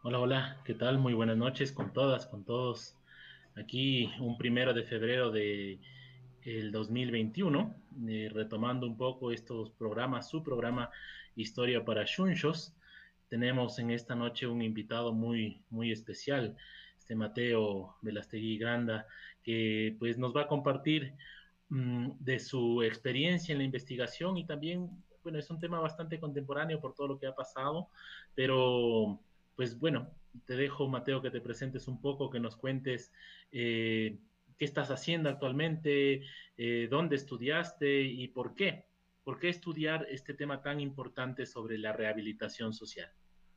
Hola, hola, ¿qué tal? Muy buenas noches con todas, con todos. Aquí un 1 de febrero de el 2021, retomando un poco estos programas, su programa Historia para Shunshos. Tenemos en esta noche un invitado muy, muy especial, este Mateo Velastegui Granda, que pues nos va a compartir de su experiencia en la investigación y también, bueno, es un tema bastante contemporáneo por todo lo que ha pasado, pero pues bueno, te dejo, Mateo, que te presentes un poco, que nos cuentes qué estás haciendo actualmente, dónde estudiaste y por qué. ¿Por qué estudiar este tema tan importante sobre la rehabilitación social?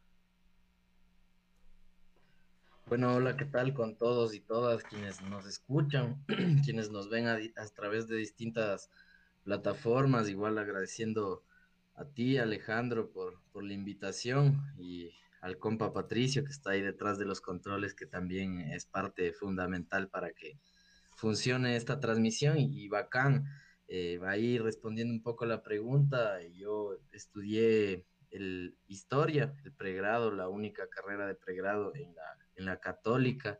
Bueno, hola, ¿qué tal con todos y todas quienes nos escuchan, quienes nos ven a través de distintas plataformas? Igual agradeciendo a ti, Alejandro, por la invitación y al compa Patricio, que está ahí detrás de los controles, que también es parte fundamental para que funcione esta transmisión y bacán. Ahí respondiendo un poco la pregunta, yo estudié historia, el pregrado, la única carrera de pregrado en la Católica,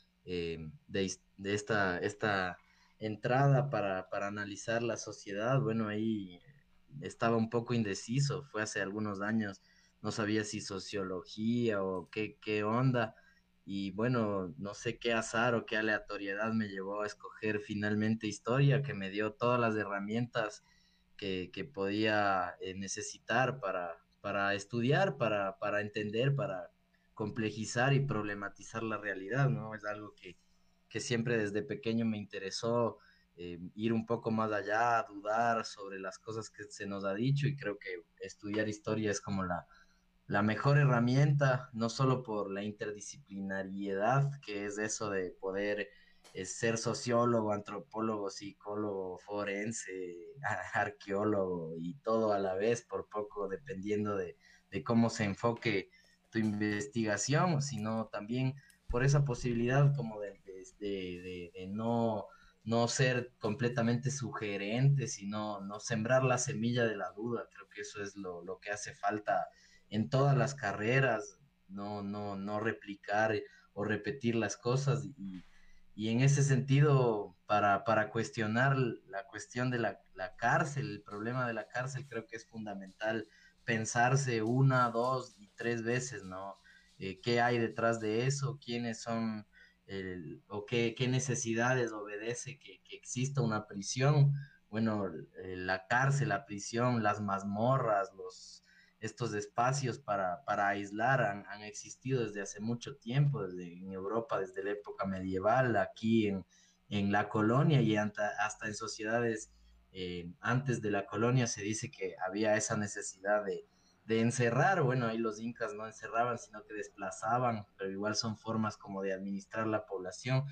de esta entrada para analizar la sociedad. Bueno, ahí estaba un poco indeciso, fue hace algunos años, no sabía si sociología o qué onda. Y bueno, no sé qué azar o qué aleatoriedad me llevó a escoger finalmente historia, que me dio todas las herramientas que podía necesitar para estudiar, para entender, para complejizar y problematizar la realidad, ¿no? Es algo que siempre desde pequeño me interesó, ir un poco más allá, dudar sobre las cosas que se nos ha dicho, y creo que estudiar historia es como la mejor herramienta, no solo por la interdisciplinariedad, que es eso de poder ser sociólogo, antropólogo, psicólogo, forense, arqueólogo y todo a la vez, por poco, dependiendo de cómo se enfoque tu investigación, sino también por esa posibilidad como de no ser completamente sugerente, sino no sembrar la semilla de la duda. Creo que eso es lo que hace falta en todas las carreras, no replicar o repetir las cosas. Y en ese sentido, para cuestionar la cuestión de la cárcel, el problema de la cárcel, creo que es fundamental pensarse una, dos y tres veces, ¿no? ¿Qué hay detrás de eso? ¿Quiénes son? O qué necesidades obedece que exista una prisión. Bueno, la cárcel, la prisión, las mazmorras, estos espacios para aislar han existido desde hace mucho tiempo, en Europa, desde la época medieval, aquí en la colonia y hasta en sociedades antes de la colonia se dice que había esa necesidad de encerrar. Bueno, ahí los incas no encerraban, sino que desplazaban, pero igual son formas como de administrar la población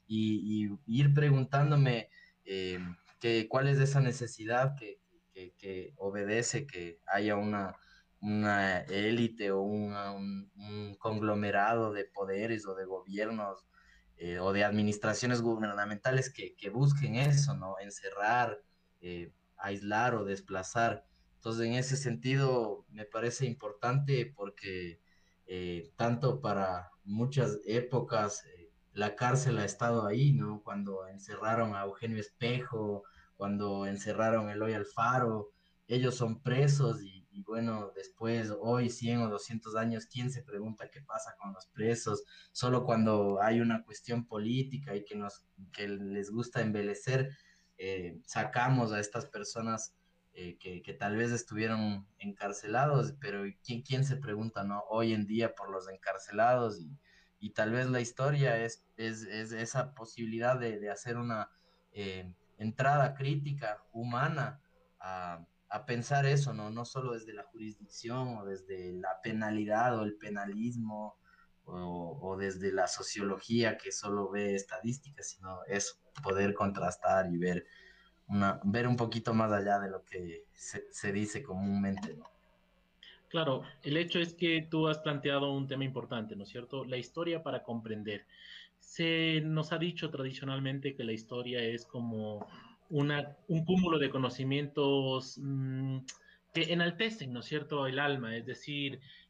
y ir preguntándome eh, cuál es esa necesidad que obedece que haya una élite o un conglomerado de poderes o de gobiernos o de administraciones gubernamentales que busquen eso, ¿no? Encerrar, aislar o desplazar. Entonces, en ese sentido, me parece importante porque tanto para muchas épocas la cárcel ha estado ahí, ¿no? Cuando encerraron a Eugenio Espejo, cuando encerraron a Eloy Alfaro, ellos son presos y bueno, después, hoy 100 o 200 años, ¿quién se pregunta qué pasa con los presos? Solo cuando hay una cuestión política y que les gusta embelecer, sacamos a estas personas que tal vez estuvieron encarcelados, pero quién se pregunta, ¿no? Hoy en día por los encarcelados y tal vez la historia es esa posibilidad de hacer una entrada crítica, humana, a pensar eso, ¿no? No solo desde la jurisdicción o desde la penalidad o el penalismo o desde la sociología que solo ve estadísticas, sino es poder contrastar y ver un poquito más allá de lo que se dice comúnmente, ¿no? Claro, el hecho es que tú has planteado un tema importante, ¿no es cierto? La historia para comprender. Se nos ha dicho tradicionalmente que la historia es como un cúmulo de conocimientos que enaltecen, ¿no es cierto?, el alma, es decir,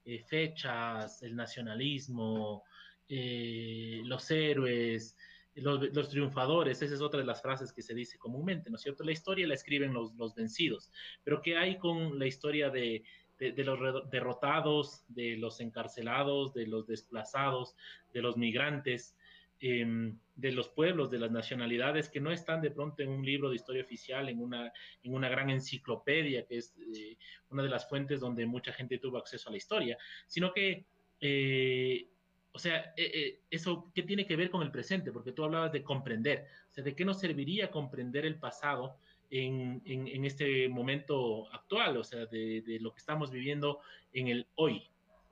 fechas, el nacionalismo, los héroes, los triunfadores. Esa es otra de las frases que se dice comúnmente, ¿no es cierto? La historia la escriben los vencidos, pero ¿qué hay con la historia de los derrotados, de los encarcelados, de los desplazados, de los migrantes, de los pueblos, de las nacionalidades que no están de pronto en un libro de historia oficial, en una gran enciclopedia, que es una de las fuentes donde mucha gente tuvo acceso a la historia, sino que, o sea, eso, ¿qué tiene que ver con el presente? Porque tú hablabas de comprender, o sea, ¿de qué nos serviría comprender el pasado en este momento actual, o sea, de lo que estamos viviendo en el hoy?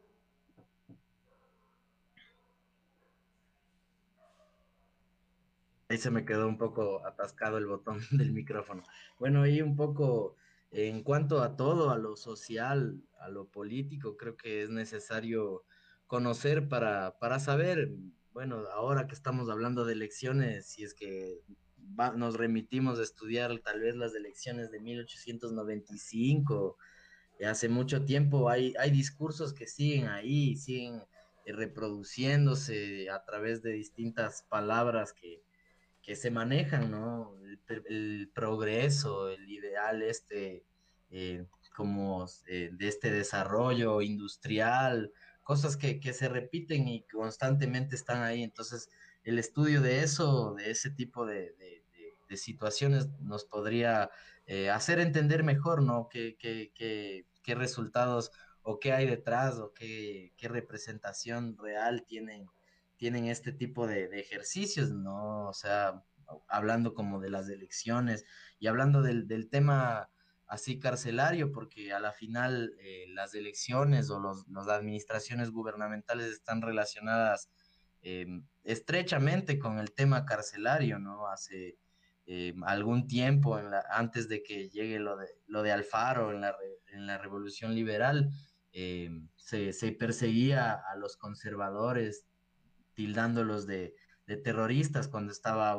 Ahí se me quedó un poco atascado el botón del micrófono. Bueno, y un poco en cuanto a todo, a lo social, a lo político, creo que es necesario conocer para saber, bueno, ahora que estamos hablando de elecciones, si es que nos remitimos a estudiar tal vez las elecciones de 1895, hace mucho tiempo, hay discursos que siguen ahí, siguen reproduciéndose a través de distintas palabras que se manejan, ¿no? El progreso, el ideal eh, como de este desarrollo industrial, cosas que se repiten y constantemente están ahí. Entonces, el estudio de eso, de ese tipo de situaciones, nos podría hacer entender mejor, ¿no? Qué resultados o qué hay detrás o qué representación real tienen este tipo de ejercicios, ¿no? O sea, hablando como de las elecciones y hablando del tema así carcelario, porque a la final las elecciones o las administraciones gubernamentales están relacionadas eh, estrechamente con el tema carcelario, ¿no? Hace algún tiempo, antes de que llegue lo de Alfaro en la Revolución Liberal, se perseguía a los conservadores tildándolos de terroristas cuando estaba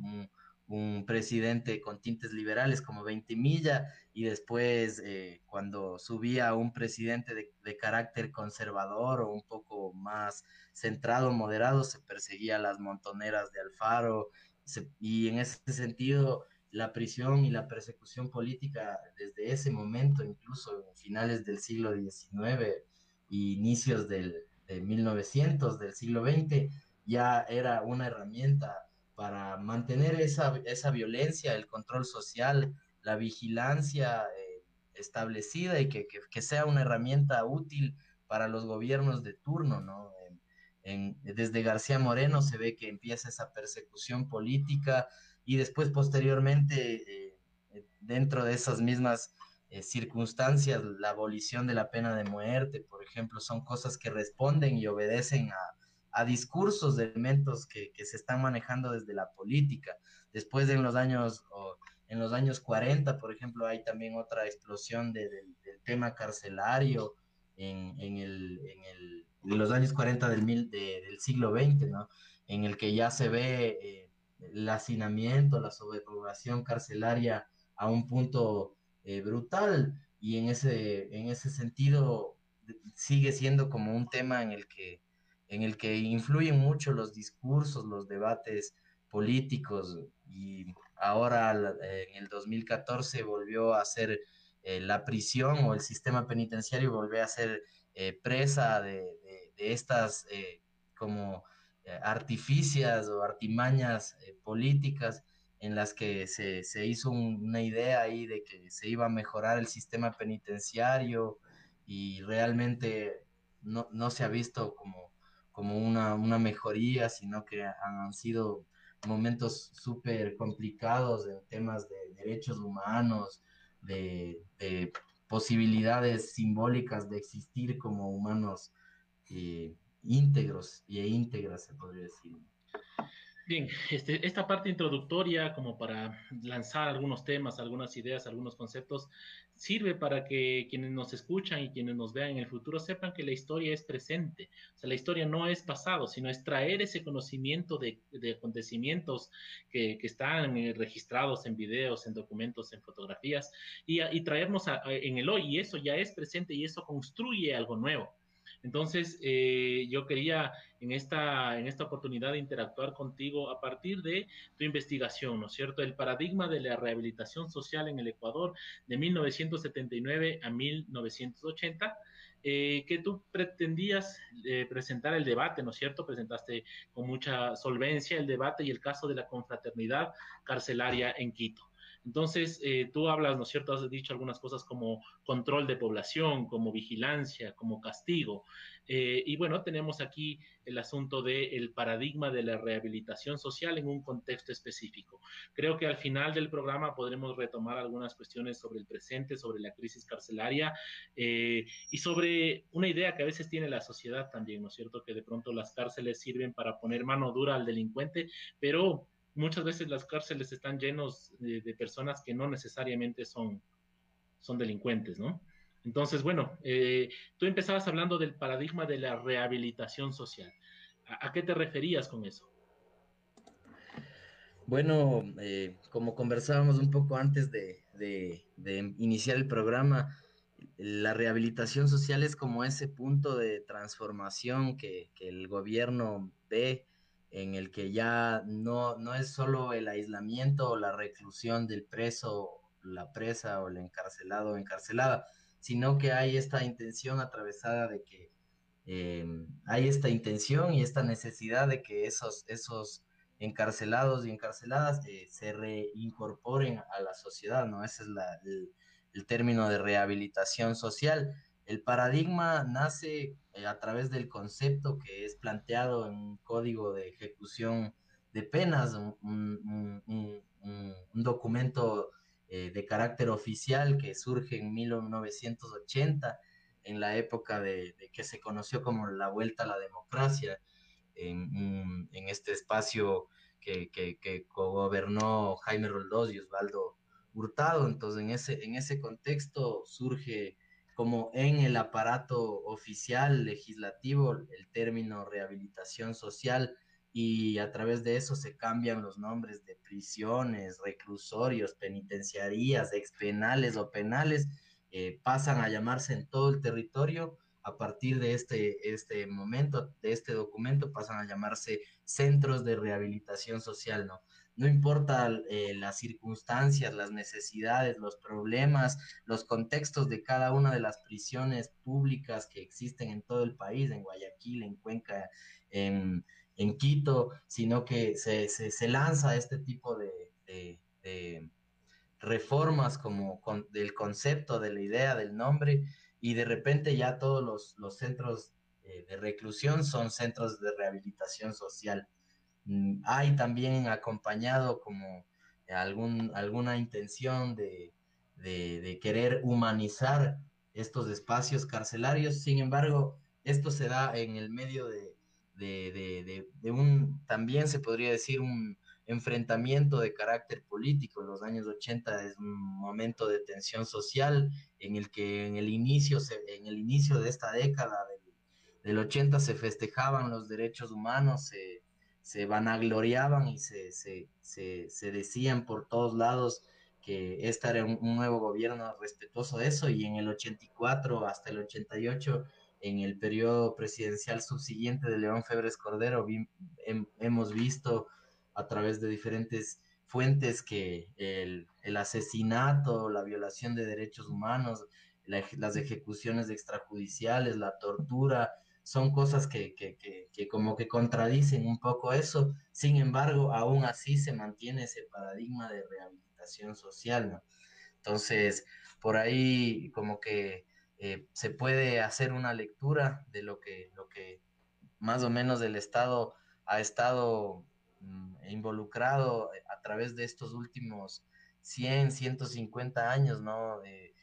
un presidente con tintes liberales como Veintimilla y después cuando subía un presidente de carácter conservador o un poco más centrado, moderado, se perseguía a las montoneras de Alfaro y en ese sentido la prisión y la persecución política desde ese momento, incluso en finales del siglo XIX e inicios de 1900, del siglo XX, ya era una herramienta para mantener esa violencia, el control social, la vigilancia establecida y que sea una herramienta útil para los gobiernos de turno, ¿no? Desde García Moreno se ve que empieza esa persecución política y después posteriormente, dentro de esas mismas circunstancias, la abolición de la pena de muerte, por ejemplo, son cosas que responden y obedecen a discursos de elementos que se están manejando desde la política. Después en los años 40, por ejemplo, hay también otra explosión del tema carcelario en los años 40 del siglo XX, ¿no? En el que ya se ve el hacinamiento, la sobrepoblación carcelaria a un punto brutal y en ese sentido sigue siendo como un tema en el que influyen mucho los discursos, los debates políticos y ahora en el 2014 volvió a ser la prisión o el sistema penitenciario volvió a ser presa de estas como artificias o artimañas políticas en las que se hizo una idea ahí de que se iba a mejorar el sistema penitenciario y realmente no se ha visto como una mejoría, sino que han sido momentos súper complicados en temas de derechos humanos, de posibilidades simbólicas de existir como humanos íntegros e íntegras, se podría decir. Bien, esta parte introductoria, como para lanzar algunos temas, algunas ideas, algunos conceptos, sirve para que quienes nos escuchan y quienes nos vean en el futuro sepan que la historia es presente. O sea, la historia no es pasado, sino es traer ese conocimiento de acontecimientos que están registrados en videos, en documentos, en fotografías, y traernos en el hoy. Y eso ya es presente y eso construye algo nuevo. Entonces, yo quería en esta oportunidad de interactuar contigo a partir de tu investigación, ¿no es cierto? El paradigma de la rehabilitación social en el Ecuador de 1979 a 1980, que tú pretendías presentar el debate, ¿no es cierto? Presentaste con mucha solvencia el debate y el caso de la confraternidad carcelaria en Quito. Entonces, tú hablas, ¿no es cierto? Has dicho algunas cosas como control de población, como vigilancia, como castigo. Y bueno, tenemos aquí el asunto del paradigma de la rehabilitación social en un contexto específico. Creo que al final del programa podremos retomar algunas cuestiones sobre el presente, sobre la crisis carcelaria y sobre una idea que a veces tiene la sociedad también, ¿no es cierto? Que de pronto las cárceles sirven para poner mano dura al delincuente, pero muchas veces las cárceles están llenos de personas que no necesariamente son delincuentes, ¿no? Entonces, bueno, tú empezabas hablando del paradigma de la rehabilitación social. ¿A qué te referías con eso? Bueno, como conversábamos un poco antes de iniciar el programa, la rehabilitación social es como ese punto de transformación que el gobierno ve en el que ya no es solo el aislamiento o la reclusión del preso, la presa o el encarcelado o encarcelada, sino que hay esta intención atravesada de que eh, hay esta intención y esta necesidad de que esos encarcelados y encarceladas se reincorporen a la sociedad, ¿no? Ese es el término de rehabilitación social. El paradigma nace a través del concepto que es planteado en un código de ejecución de penas, un documento de carácter oficial que surge en 1980 en la época de que se conoció como la vuelta a la democracia, en este espacio que gobernó Jaime Roldós y Osvaldo Hurtado. Entonces, en ese contexto surge como en el aparato oficial legislativo el término rehabilitación social y a través de eso se cambian los nombres de prisiones, reclusorios, penitenciarías, expenales o penales, pasan a llamarse en todo el territorio. A partir de este momento, de este documento, pasan a llamarse centros de rehabilitación social, ¿no? No importa las circunstancias, las necesidades, los problemas, los contextos de cada una de las prisiones públicas que existen en todo el país, en Guayaquil, en Cuenca, en Quito, sino que se lanza este tipo de reformas como del concepto, de la idea, del nombre, y de repente ya todos los centros de reclusión son centros de rehabilitación social. Hay también acompañado como alguna intención de querer humanizar estos espacios carcelarios. Sin embargo, esto se da en el medio de un, también se podría decir, un enfrentamiento de carácter político. En los años 80 es un momento de tensión social en el que en el inicio de esta década del 80 se festejaban los derechos humanos, se vanagloriaban y se decían por todos lados que este era un nuevo gobierno respetuoso de eso, y en el 84 hasta el 88, en el periodo presidencial subsiguiente de León Febres Cordero, hemos visto a través de diferentes fuentes que el asesinato, la violación de derechos humanos, las ejecuciones extrajudiciales, la tortura, son cosas que como que contradicen un poco eso. Sin embargo, aún así se mantiene ese paradigma de rehabilitación social, ¿no? Entonces, por ahí como que se puede hacer una lectura de lo que más o menos el Estado ha estado involucrado a través de estos últimos 150 años, ¿no?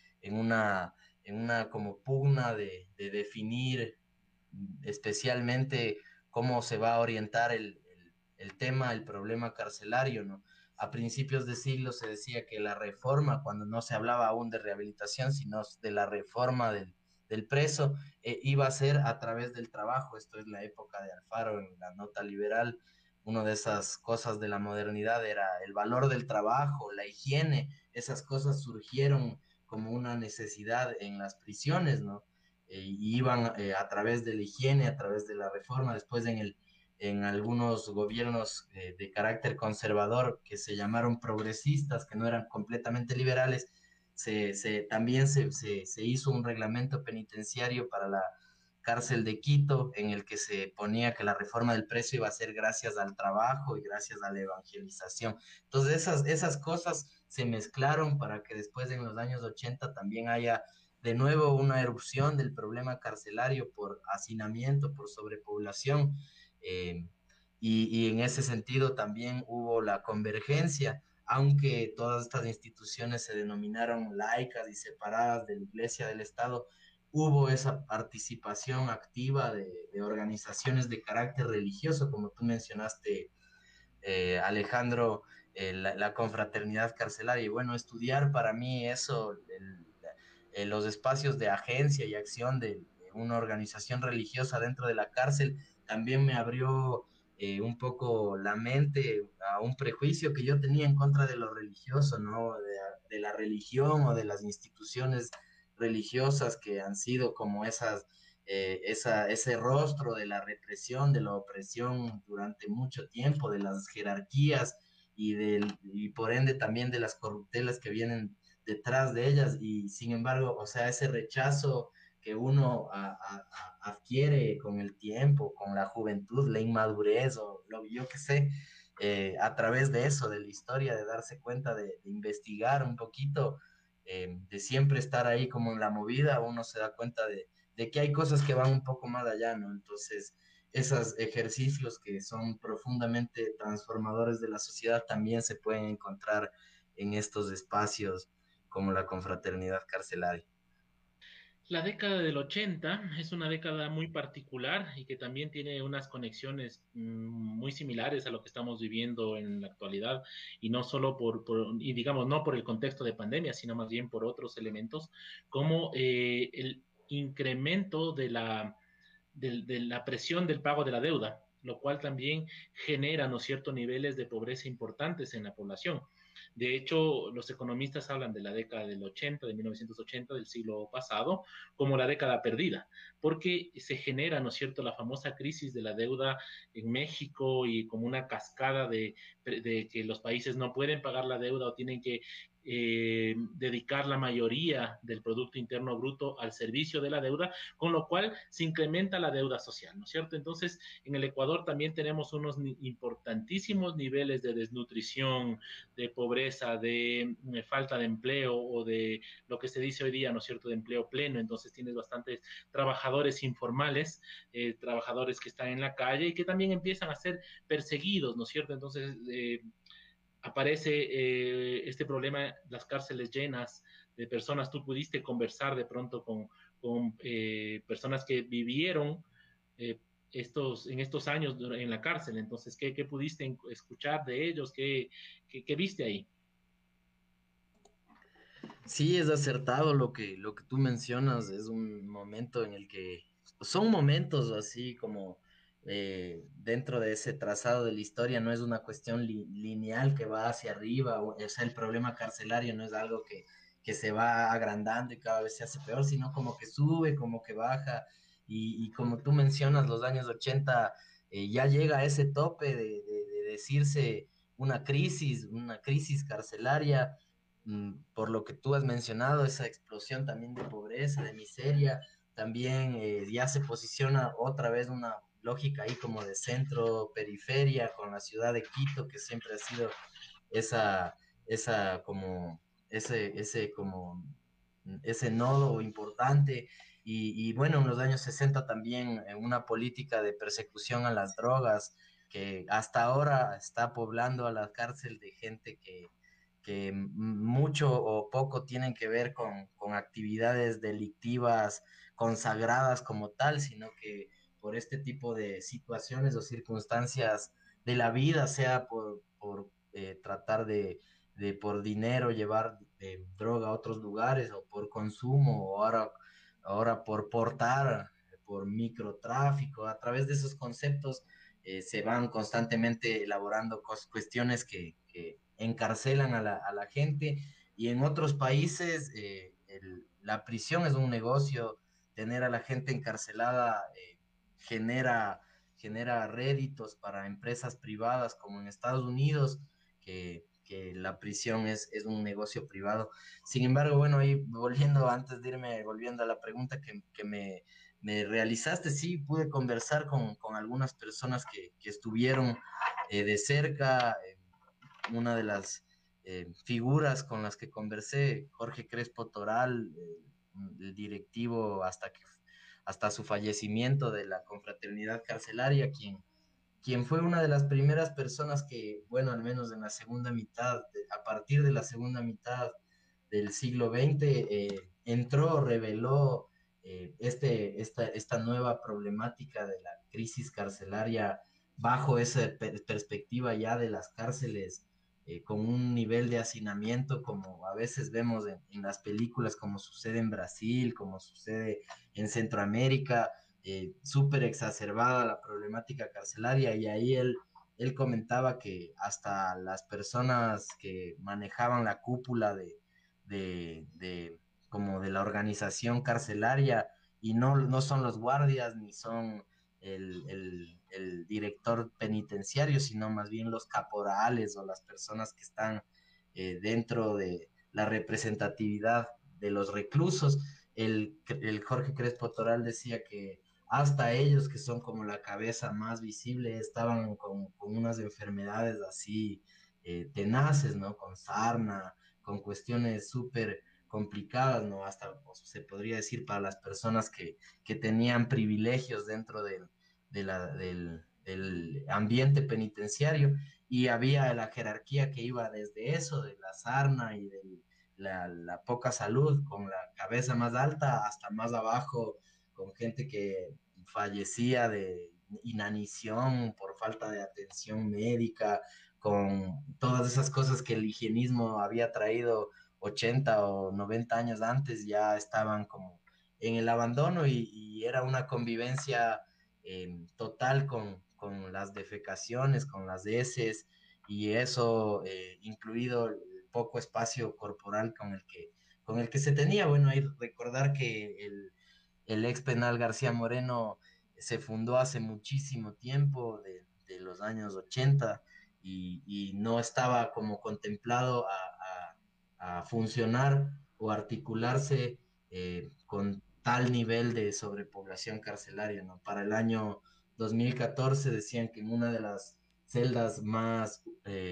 En una como pugna de definir especialmente cómo se va a orientar el tema, el problema carcelario, ¿no? A principios de siglo se decía que la reforma, cuando no se hablaba aún de rehabilitación, sino de la reforma del preso, iba a ser a través del trabajo. Esto es la época de Alfaro en la nota liberal. Una de esas cosas de la modernidad era el valor del trabajo, la higiene. Esas cosas surgieron como una necesidad en las prisiones, ¿no? y iban a través de la higiene, a través de la reforma, después en algunos gobiernos de carácter conservador que se llamaron progresistas, que no eran completamente liberales, también se hizo un reglamento penitenciario para la cárcel de Quito, en el que se ponía que la reforma del precio iba a ser gracias al trabajo y gracias a la evangelización. Entonces esas cosas se mezclaron para que después en los años 80 también haya de nuevo una erupción del problema carcelario por hacinamiento, por sobrepoblación. eh, y en ese sentido también hubo la convergencia, aunque todas estas instituciones se denominaron laicas y separadas de la Iglesia del Estado, hubo esa participación activa de organizaciones de carácter religioso, como tú mencionaste, Alejandro, la confraternidad carcelaria. Y bueno, estudiar para mí eso, los espacios de agencia y acción de una organización religiosa dentro de la cárcel, también me abrió un poco la mente a un prejuicio que yo tenía en contra de lo religioso, ¿no? De la religión o de las instituciones religiosas que han sido como ese rostro de la represión, de la opresión durante mucho tiempo, de las jerarquías y por ende también de las corruptelas que vienen detrás de ellas. Y sin embargo, o sea, ese rechazo que uno adquiere con el tiempo, con la juventud, la inmadurez o lo yo qué sé, a través de eso, de la historia, de darse cuenta, de investigar un poquito, de siempre estar ahí como en la movida, uno se da cuenta de que hay cosas que van un poco más allá, ¿no? Entonces, esos ejercicios que son profundamente transformadores de la sociedad también se pueden encontrar en estos espacios como la confraternidad carcelaria. La década del 80 es una década muy particular y que también tiene unas conexiones muy similares a lo que estamos viviendo en la actualidad y no solo y digamos, no por el contexto de pandemia, sino más bien por otros elementos, como el incremento de la presión del pago de la deuda, lo cual también genera, ¿no es cierto?, niveles de pobreza importantes en la población. De hecho, los economistas hablan de la década del 80, de 1980, del siglo pasado, como la década perdida, porque se genera, ¿no es cierto?, la famosa crisis de la deuda en México y como una cascada de que los países no pueden pagar la deuda o tienen que dedicar la mayoría del Producto Interno Bruto al servicio de la deuda, con lo cual se incrementa la deuda social, ¿no es cierto? Entonces, en el Ecuador también tenemos unos importantísimos niveles de desnutrición, de pobreza, de falta de empleo o de lo que se dice hoy día, ¿no es cierto?, de empleo pleno. Entonces tienes bastantes trabajadores informales, trabajadores que están en la calle y que también empiezan a ser perseguidos, ¿no es cierto? Entonces, aparece este problema, las cárceles llenas de personas. Tú pudiste conversar de pronto con personas que vivieron eh, en estos años en la cárcel. Entonces, ¿qué pudiste escuchar de ellos? ¿Qué viste ahí? Sí, es acertado lo que tú mencionas, es un momento en el que son momentos así como dentro de ese trazado de la historia, no es una cuestión lineal que va hacia arriba, o sea, el problema carcelario no es algo que se va agrandando y cada vez se hace peor, sino como que sube, como que baja, y como tú mencionas, los años 80 ya llega a ese tope de decirse una crisis carcelaria por lo que tú has mencionado, esa explosión también de pobreza, de miseria, también ya se posiciona otra vez una lógica ahí como de centro-periferia con la ciudad de Quito, que siempre ha sido esa, esa como, ese como, ese nodo importante. Y bueno, en los años 60 también una política de persecución a las drogas que hasta ahora está poblando a la cárcel de gente que mucho o poco tienen que ver con actividades delictivas consagradas como tal, sino que por este tipo de situaciones o circunstancias de la vida, sea por tratar de por dinero llevar droga a otros lugares o por consumo o ahora por portar, por microtráfico, a través de esos conceptos se van constantemente elaborando cuestiones que encarcelan a la gente y en otros países la prisión es un negocio tener a la gente encarcelada genera, genera réditos para empresas privadas como en Estados Unidos, que la prisión es un negocio privado. Sin embargo, bueno, ahí volviendo, antes de irme, volviendo a la pregunta me realizaste, sí, pude conversar con algunas personas que estuvieron de cerca. Una de las figuras con las que conversé, Jorge Crespo Toral, el directivo hasta su fallecimiento de la confraternidad carcelaria, quien fue una de las primeras personas que, bueno, al menos en la segunda mitad, a partir de la segunda mitad del siglo XX, entró, reveló esta nueva problemática de la crisis carcelaria bajo esa perspectiva ya de las cárceles con un nivel de hacinamiento como a veces vemos en las películas, como sucede en Brasil, como sucede en Centroamérica, súper exacerbada la problemática carcelaria y ahí él comentaba que hasta las personas que manejaban la cúpula de como de la organización carcelaria y no son los guardias ni son el director penitenciario, sino más bien los caporales o las personas que están dentro de la representatividad de los reclusos. El Jorge Crespo Toral decía que hasta ellos, que son como la cabeza más visible, estaban con unas enfermedades así tenaces, ¿no? Con sarna, con cuestiones súper complicadas, ¿no? Hasta pues, se podría decir para las personas que tenían privilegios dentro del ambiente penitenciario y había la jerarquía que iba desde eso, de la sarna y de la poca salud, con la cabeza más alta hasta más abajo, con gente que fallecía de inanición por falta de atención médica, con todas esas cosas que el higienismo había traído 80 o 90 años antes, ya estaban como en el abandono y era una convivencia total con las defecaciones, con las heces y eso, incluido el poco espacio corporal con el que se tenía. Bueno, hay que recordar que el ex penal García Moreno se fundó hace muchísimo tiempo, de los años 80, y no estaba como contemplado a funcionar o articularse con tal nivel de sobrepoblación carcelaria, ¿no? Para el año 2014 decían que en una de las celdas más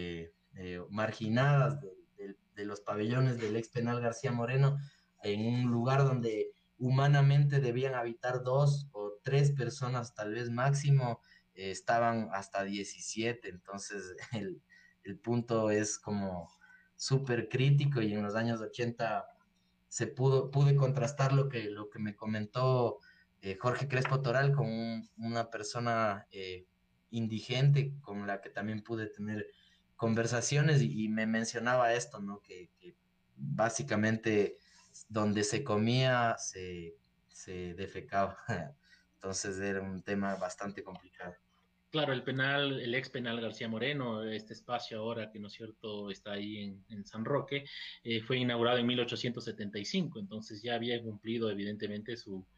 marginadas de los pabellones del ex penal García Moreno, en un lugar donde humanamente debían habitar dos o tres personas, tal vez máximo, estaban hasta 17. Entonces el punto es como súper crítico y en los años 80 pude contrastar lo que me comentó Jorge Crespo Toral con una persona indigente con la que también pude tener conversaciones y me mencionaba esto, ¿no? Que básicamente donde se comía se defecaba. Entonces era un tema bastante complicado. Claro, el penal, el ex penal García Moreno, este espacio ahora que no es cierto está ahí en San Roque, fue inaugurado en 1875, entonces ya había cumplido evidentemente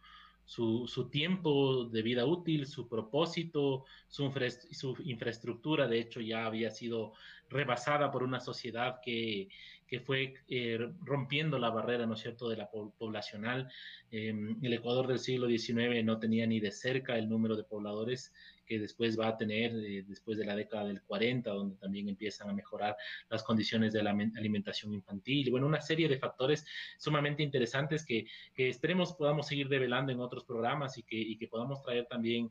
su tiempo de vida útil, su propósito, su infraestructura, de hecho, ya había sido rebasada por una sociedad que fue rompiendo la barrera, ¿no es cierto?, de la poblacional. El Ecuador del siglo XIX no tenía ni de cerca el número de pobladores que después va a tener después de la década del 40, donde también empiezan a mejorar las condiciones de la alimentación infantil, y bueno, una serie de factores sumamente interesantes que esperemos podamos seguir develando en otros programas y que podamos traer también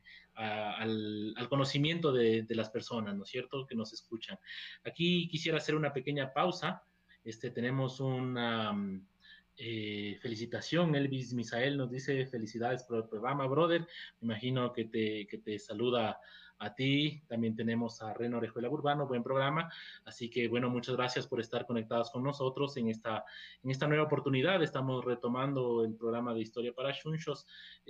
al conocimiento de las personas, ¿no es cierto?, que nos escuchan. Aquí quisiera hacer una pequeña pausa. Tenemos una felicitación. Elvis Misael nos dice felicidades por el programa, brother. Me imagino que te saluda a ti. También tenemos a Reno Orejuela Urbano, buen programa. Así que bueno, muchas gracias por estar conectados con nosotros en esta nueva oportunidad. Estamos retomando el programa de Historia para Shunshos,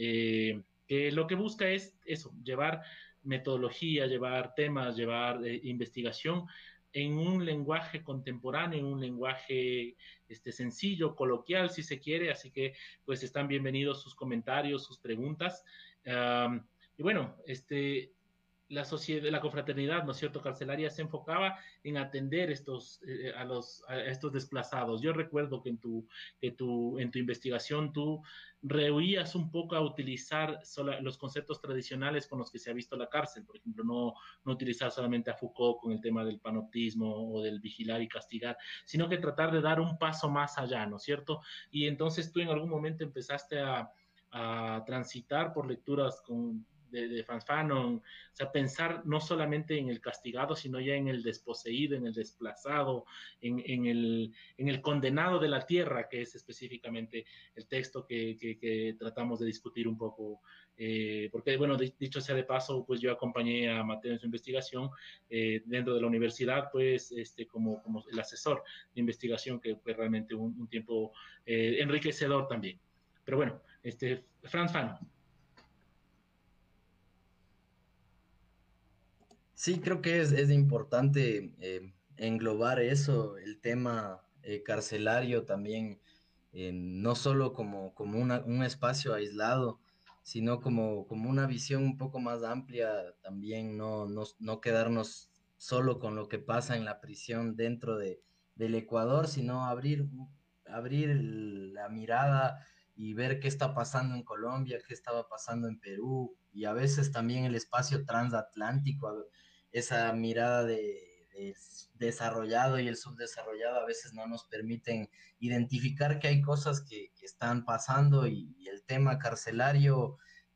que lo que busca es eso, llevar metodología, llevar temas, llevar investigación en un lenguaje contemporáneo, en un lenguaje sencillo, coloquial, si se quiere. Así que, pues, están bienvenidos sus comentarios, sus preguntas. Y bueno, la sociedad, la confraternidad, ¿no es cierto?, carcelaria se enfocaba en atender a estos desplazados. Yo recuerdo que en tu investigación tú rehuías un poco a utilizar los conceptos tradicionales con los que se ha visto la cárcel. Por ejemplo, no utilizar solamente a Foucault con el tema del panoptismo o del vigilar y castigar, sino que tratar de dar un paso más allá, ¿no es cierto? Y entonces tú en algún momento empezaste a transitar por lecturas de Frantz Fanon, o sea, pensar no solamente en el castigado, sino ya en el desposeído, en el desplazado, en el condenado de la tierra, que es específicamente el texto que tratamos de discutir un poco. Porque, bueno, dicho sea de paso, pues yo acompañé a Mateo en su investigación dentro de la universidad, pues, como el asesor de investigación, que fue realmente un tiempo enriquecedor también. Pero bueno, Frantz Fanon. Sí, creo que es importante englobar eso, el tema carcelario también, no solo como un espacio aislado, sino como una visión un poco más amplia también, no quedarnos solo con lo que pasa en la prisión dentro del Ecuador, sino abrir la mirada y ver qué está pasando en Colombia, qué estaba pasando en Perú, y a veces también el espacio transatlántico, esa mirada de desarrollado y el subdesarrollado a veces no nos permiten identificar que hay cosas que están pasando, y el tema carcelario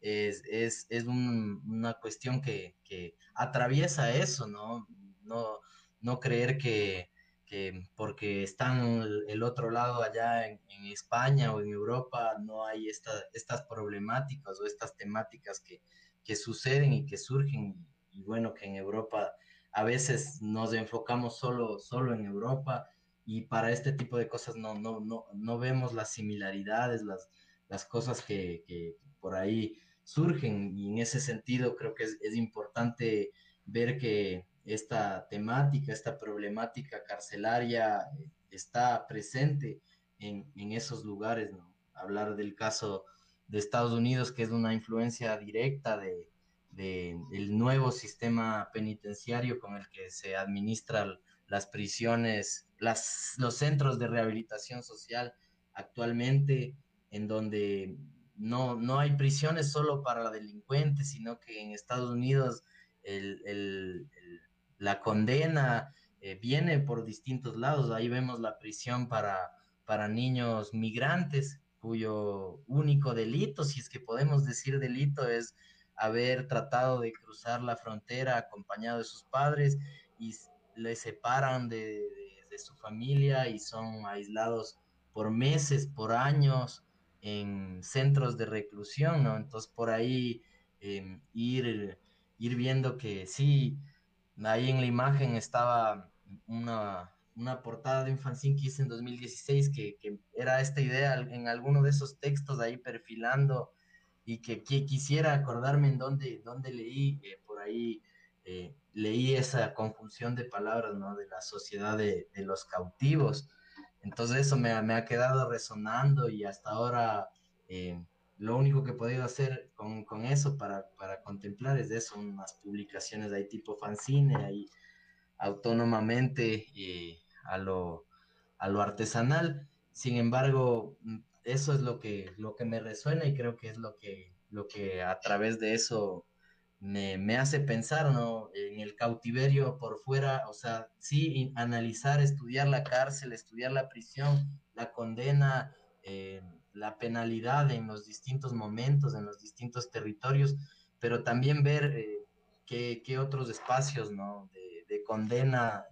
una cuestión que atraviesa eso, ¿no? No, no creer que porque están el otro lado allá en España o en Europa no hay estas problemáticas o estas temáticas que suceden y que surgen, y bueno, que en Europa a veces nos enfocamos solo en Europa, y para este tipo de cosas no vemos las similaridades, las cosas que por ahí surgen, y en ese sentido creo que es importante ver que esta temática, esta problemática carcelaria está presente en esos lugares, ¿no? Hablar del caso de Estados Unidos, que es una influencia directa el nuevo sistema penitenciario con el que se administran las prisiones, los centros de rehabilitación social actualmente, en donde no hay prisiones solo para delincuentes, sino que en Estados Unidos el, el- el- la condena viene por distintos lados. Ahí vemos la prisión para niños migrantes, cuyo único delito, si es que podemos decir delito, es haber tratado de cruzar la frontera acompañado de sus padres, y le separan de su familia y son aislados por meses, por años, en centros de reclusión, ¿no? Entonces por ahí ir viendo que sí, ahí en la imagen estaba una portada de un fanzine que hice en 2016, que era esta idea en alguno de esos textos ahí perfilando, y que quisiera acordarme en dónde leí, por ahí leí esa conjunción de palabras, ¿no? De la sociedad de los cautivos. Entonces eso me ha quedado resonando, y hasta ahora lo único que he podido hacer con eso para contemplar es eso, unas publicaciones ahí tipo fanzine, ahí autónomamente, a lo artesanal. Sin embargo, eso es lo que me resuena, y creo que es lo que a través de eso me hace pensar, ¿no? En el cautiverio por fuera, o sea, sí, analizar, estudiar la cárcel, estudiar la prisión, la condena, la penalidad en los distintos momentos, en los distintos territorios, pero también ver qué otros espacios, ¿no? de condena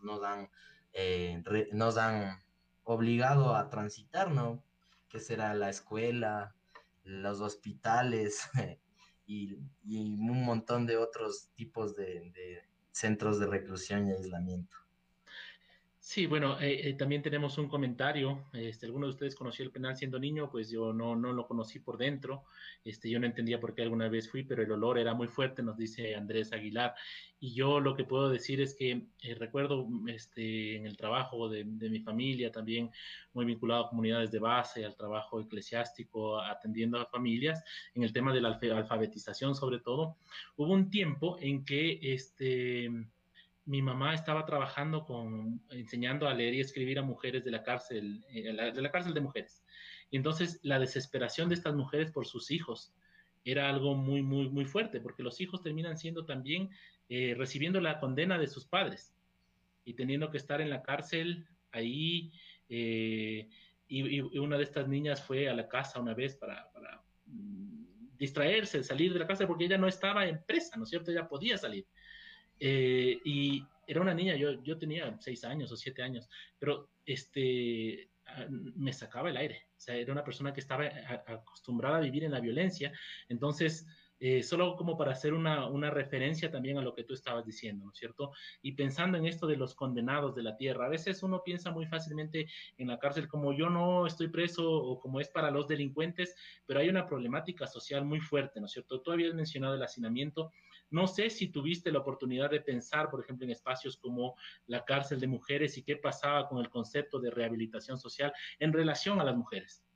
nos han obligado a transitar, ¿no? Que será la escuela, los hospitales y un montón de otros tipos de centros de reclusión y aislamiento. Sí, bueno, también tenemos un comentario. ¿Alguno de ustedes conoció el penal siendo niño? Pues yo no lo conocí por dentro. Yo no entendía por qué alguna vez fui, pero el olor era muy fuerte, nos dice Andrés Aguilar. Y yo lo que puedo decir es que recuerdo en el trabajo de mi familia, también muy vinculado a comunidades de base, al trabajo eclesiástico, atendiendo a familias, en el tema de la alfabetización sobre todo. Hubo un tiempo en que mi mamá estaba trabajando enseñando a leer y escribir a mujeres de la cárcel, de la cárcel de mujeres. Y entonces la desesperación de estas mujeres por sus hijos era algo muy, muy, muy fuerte, porque los hijos terminan siendo también recibiendo la condena de sus padres y teniendo que estar en la cárcel ahí. eh, y una de estas niñas fue a la casa una vez para distraerse, salir de la cárcel, porque ella no estaba en presa, ¿no es cierto? Ella podía salir. Y era una niña, yo tenía 6 años o 7 años, pero me sacaba el aire. O sea, era una persona que estaba acostumbrada a vivir en la violencia. Entonces, solo como para hacer una referencia también a lo que tú estabas diciendo, ¿no es cierto? Y pensando en esto de los condenados de la tierra, a veces uno piensa muy fácilmente en la cárcel como yo no estoy preso o como es para los delincuentes, pero hay una problemática social muy fuerte, ¿no es cierto? Tú habías mencionado el hacinamiento. No sé si tuviste la oportunidad de pensar, por ejemplo, en espacios como la cárcel de mujeres y qué pasaba con el concepto de rehabilitación social en relación a las mujeres.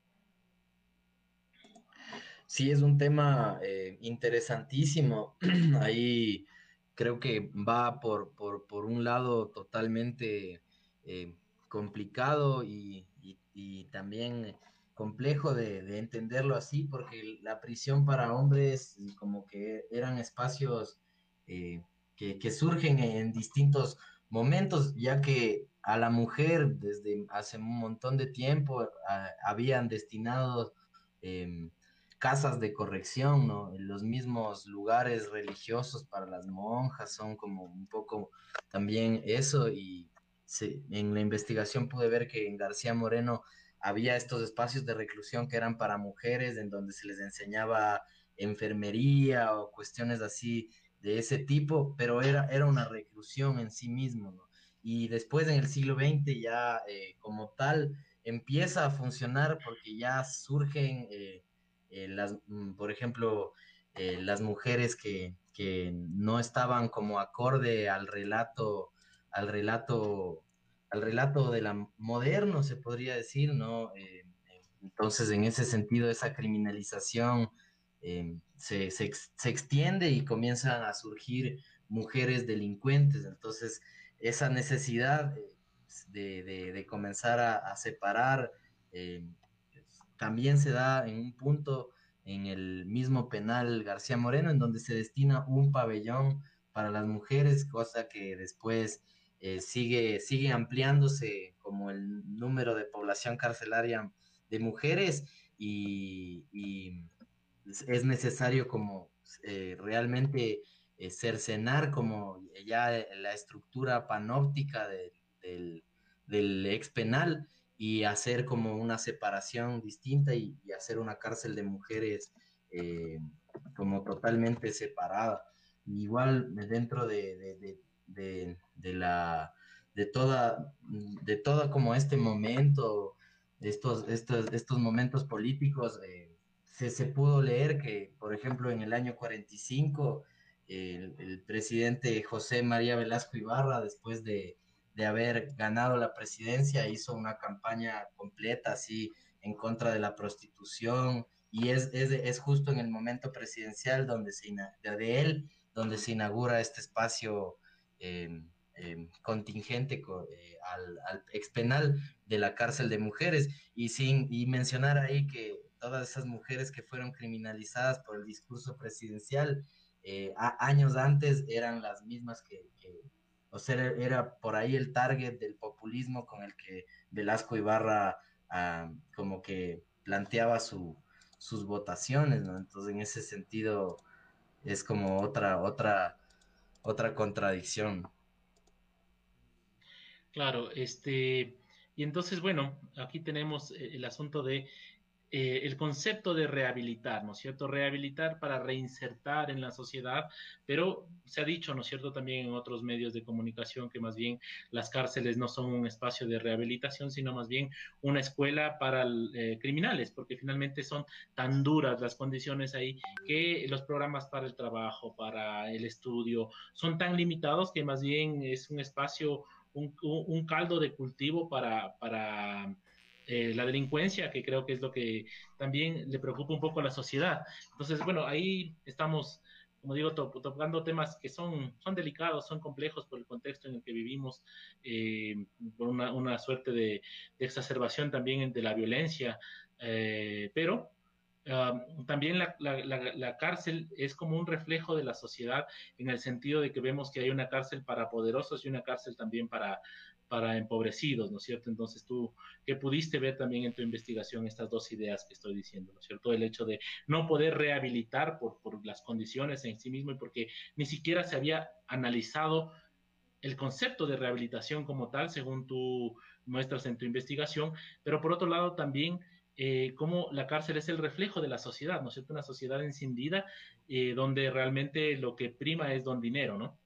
Sí, es un tema interesantísimo. Ahí creo que va por un lado totalmente complicado y también complejo de entenderlo así, porque la prisión para hombres como que eran espacios que surgen en distintos momentos, ya que a la mujer desde hace un montón de tiempo habían destinado em, casas de corrección, ¿no? Los mismos lugares religiosos para las monjas son como un poco también eso y en la investigación pude ver que en García Moreno había estos espacios de reclusión que eran para mujeres en donde se les enseñaba enfermería o cuestiones así de ese tipo, pero era una reclusión en sí mismo, ¿no? Y después en el siglo XX ya como tal empieza a funcionar porque ya surgen por ejemplo, las mujeres que no estaban como acorde al relato, al relato de la moderno, se podría decir, ¿no? Entonces, en ese sentido, esa criminalización se extiende y comienzan a surgir mujeres delincuentes. Entonces, esa necesidad de comenzar a separar eh, también se da en un punto en el mismo penal García Moreno, en donde se destina un pabellón para las mujeres, cosa que después sigue ampliándose como el número de población carcelaria de mujeres y es necesario como realmente cercenar como ya la estructura panóptica del ex penal y hacer como una separación distinta y hacer una cárcel de mujeres eh, como totalmente separada. Igual dentro de toda como este momento, estos momentos políticos, se pudo leer que, por ejemplo, en el año 45, el presidente José María Velasco Ibarra, después de haber ganado la presidencia, hizo una campaña completa así en contra de la prostitución y es justo en el momento presidencial de él donde se inaugura este espacio eh, contingente al expenal de la cárcel de mujeres y mencionar ahí que todas esas mujeres que fueron criminalizadas por el discurso presidencial años antes eran las mismas o sea, era por ahí el target del populismo con el que Velasco Ibarra como que planteaba sus votaciones, ¿no? Entonces, en ese sentido, es como otra contradicción. Claro, y entonces, bueno, aquí tenemos el asunto de el concepto de rehabilitar, ¿no es cierto? Rehabilitar para reinsertar en la sociedad, pero se ha dicho, ¿no es cierto?, también en otros medios de comunicación que más bien las cárceles no son un espacio de rehabilitación, sino más bien una escuela para criminales, porque finalmente son tan duras las condiciones ahí que los programas para el trabajo, para el estudio, son tan limitados que más bien es un espacio, un caldo de cultivo para la delincuencia, que creo que es lo que también le preocupa un poco a la sociedad. Entonces, bueno, ahí estamos, como digo, tocando temas que son delicados, son complejos por el contexto en el que vivimos, eh, por una suerte de exacerbación también de la violencia, pero también la cárcel es como un reflejo de la sociedad en el sentido de que vemos que hay una cárcel para poderosos y una cárcel también para empobrecidos, ¿no es cierto? Entonces tú, ¿qué pudiste ver también en tu investigación estas dos ideas que estoy diciendo, ¿no es cierto? El hecho de no poder rehabilitar por las condiciones en sí mismo y porque ni siquiera se había analizado el concepto de rehabilitación como tal, según tú muestras en tu investigación, pero por otro lado también cómo la cárcel es el reflejo de la sociedad, ¿no es cierto? Una sociedad encendida donde realmente lo que prima es don dinero, ¿no?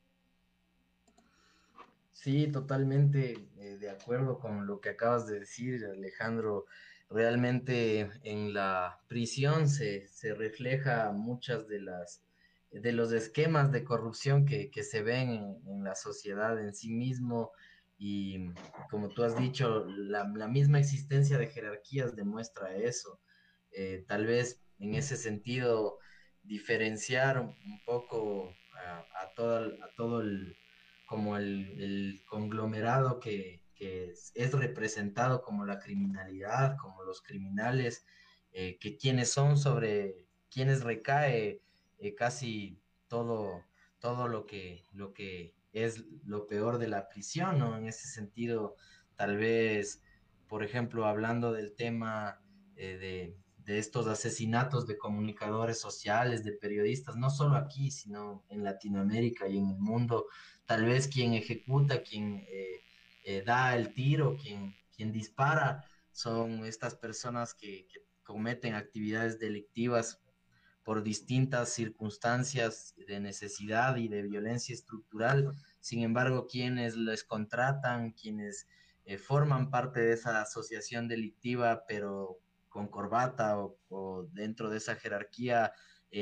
Sí, totalmente de acuerdo con lo que acabas de decir, Alejandro. Realmente en la prisión se refleja muchas de los esquemas de corrupción que se ven en la sociedad en sí mismo y como tú has dicho, la misma existencia de jerarquías demuestra eso. Tal vez en ese sentido diferenciar un poco a todo como el conglomerado que es representado como la criminalidad, como los criminales, que quienes son sobre quienes recae casi todo, todo lo que es lo peor de la prisión, ¿no? En ese sentido, tal vez, por ejemplo, hablando del tema de estos asesinatos de comunicadores sociales, de periodistas, no solo aquí, sino en Latinoamérica y en el mundo. Tal vez quien ejecuta, quien da el tiro, quien dispara, son estas personas que cometen actividades delictivas por distintas circunstancias de necesidad y de violencia estructural. Sin embargo, quienes les contratan, quienes forman parte de esa asociación delictiva, pero con corbata o dentro de esa jerarquía,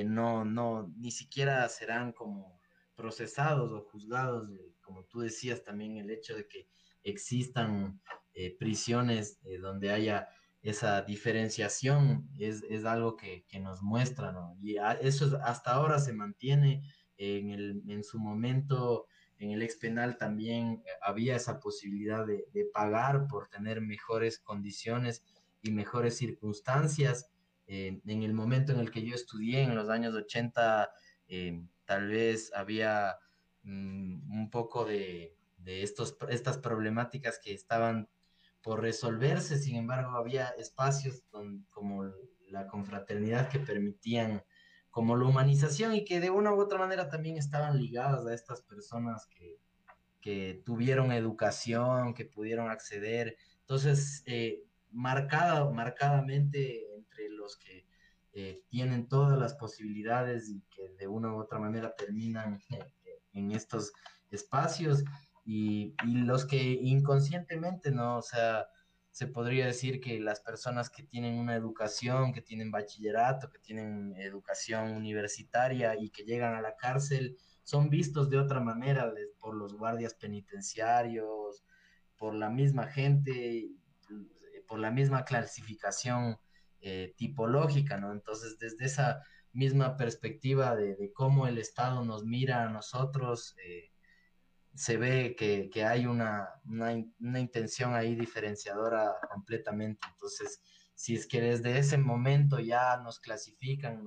ni siquiera serán como procesados o juzgados, como tú decías también el hecho de que existan prisiones donde haya esa diferenciación es algo que nos muestra, ¿no? Y hasta ahora se mantiene. En su momento, en el ex penal también había esa posibilidad de pagar por tener mejores condiciones y mejores circunstancias. En el momento en el que yo estudié, en los años 80 tal vez había un poco de estas problemáticas que estaban por resolverse. Sin embargo, había espacios como la confraternidad que permitían como la humanización y que de una u otra manera también estaban ligadas a estas personas que tuvieron educación, que pudieron acceder. Entonces, marcadamente entre los que tienen todas las posibilidades y que de una u otra manera terminan en estos espacios y los que inconscientemente, ¿no? O sea, se podría decir que las personas que tienen una educación, que tienen bachillerato, que tienen educación universitaria y que llegan a la cárcel, son vistos de otra manera por los guardias penitenciarios, por la misma gente, por la misma clasificación tipológica, ¿no? Entonces, desde esa misma perspectiva de cómo el Estado nos mira a nosotros, se ve que hay una intención ahí diferenciadora completamente. Entonces, si es que desde ese momento ya nos clasifican,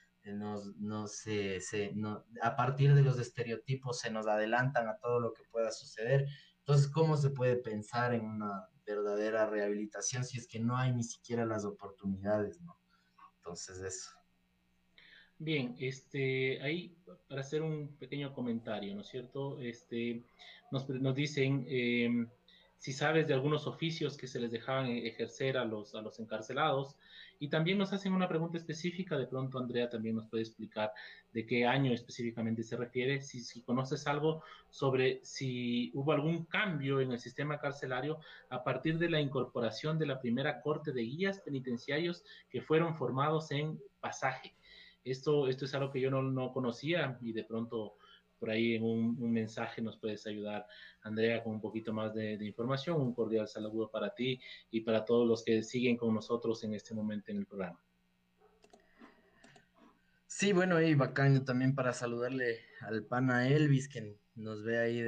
a partir de los estereotipos se nos adelantan a todo lo que pueda suceder, entonces, ¿cómo se puede pensar en una verdadera rehabilitación si es que no hay ni siquiera las oportunidades, ¿no? Entonces, eso. Bien, ahí para hacer un pequeño comentario, ¿no es cierto? Nos dicen, si sabes de algunos oficios que se les dejaban ejercer a los encarcelados. Y también nos hacen una pregunta específica, de pronto Andrea también nos puede explicar de qué año específicamente se refiere, si conoces algo sobre si hubo algún cambio en el sistema carcelario a partir de la incorporación de la primera corte de guías penitenciarios que fueron formados en Pasaje. Esto es algo que yo no conocía y de pronto por ahí en un mensaje nos puedes ayudar, Andrea, con un poquito más de información. Un cordial saludo para ti y para todos los que siguen con nosotros en este momento en el programa. Sí, bueno, y bacán también para saludarle al pana Elvis, que nos ve ahí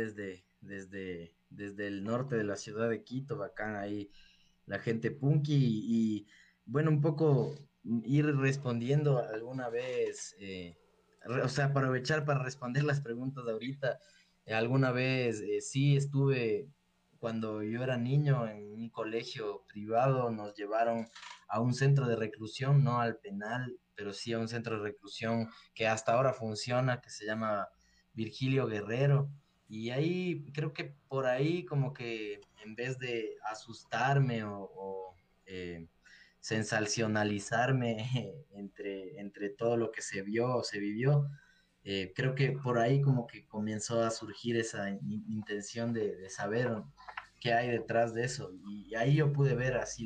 desde el norte de la ciudad de Quito, bacán ahí la gente punky bueno, un poco ir respondiendo alguna vez, o sea, aprovechar para responder las preguntas de ahorita. Alguna vez sí estuve, cuando yo era niño en un colegio privado, nos llevaron a un centro de reclusión, no al penal, pero sí a un centro de reclusión que hasta ahora funciona, que se llama Virgilio Guerrero. Y ahí creo que por ahí como que en vez de asustarme o sensacionalizarme entre todo lo que se vio o se vivió, creo que por ahí como que comenzó a surgir esa intención de saber qué hay detrás de eso. Y ahí yo pude ver así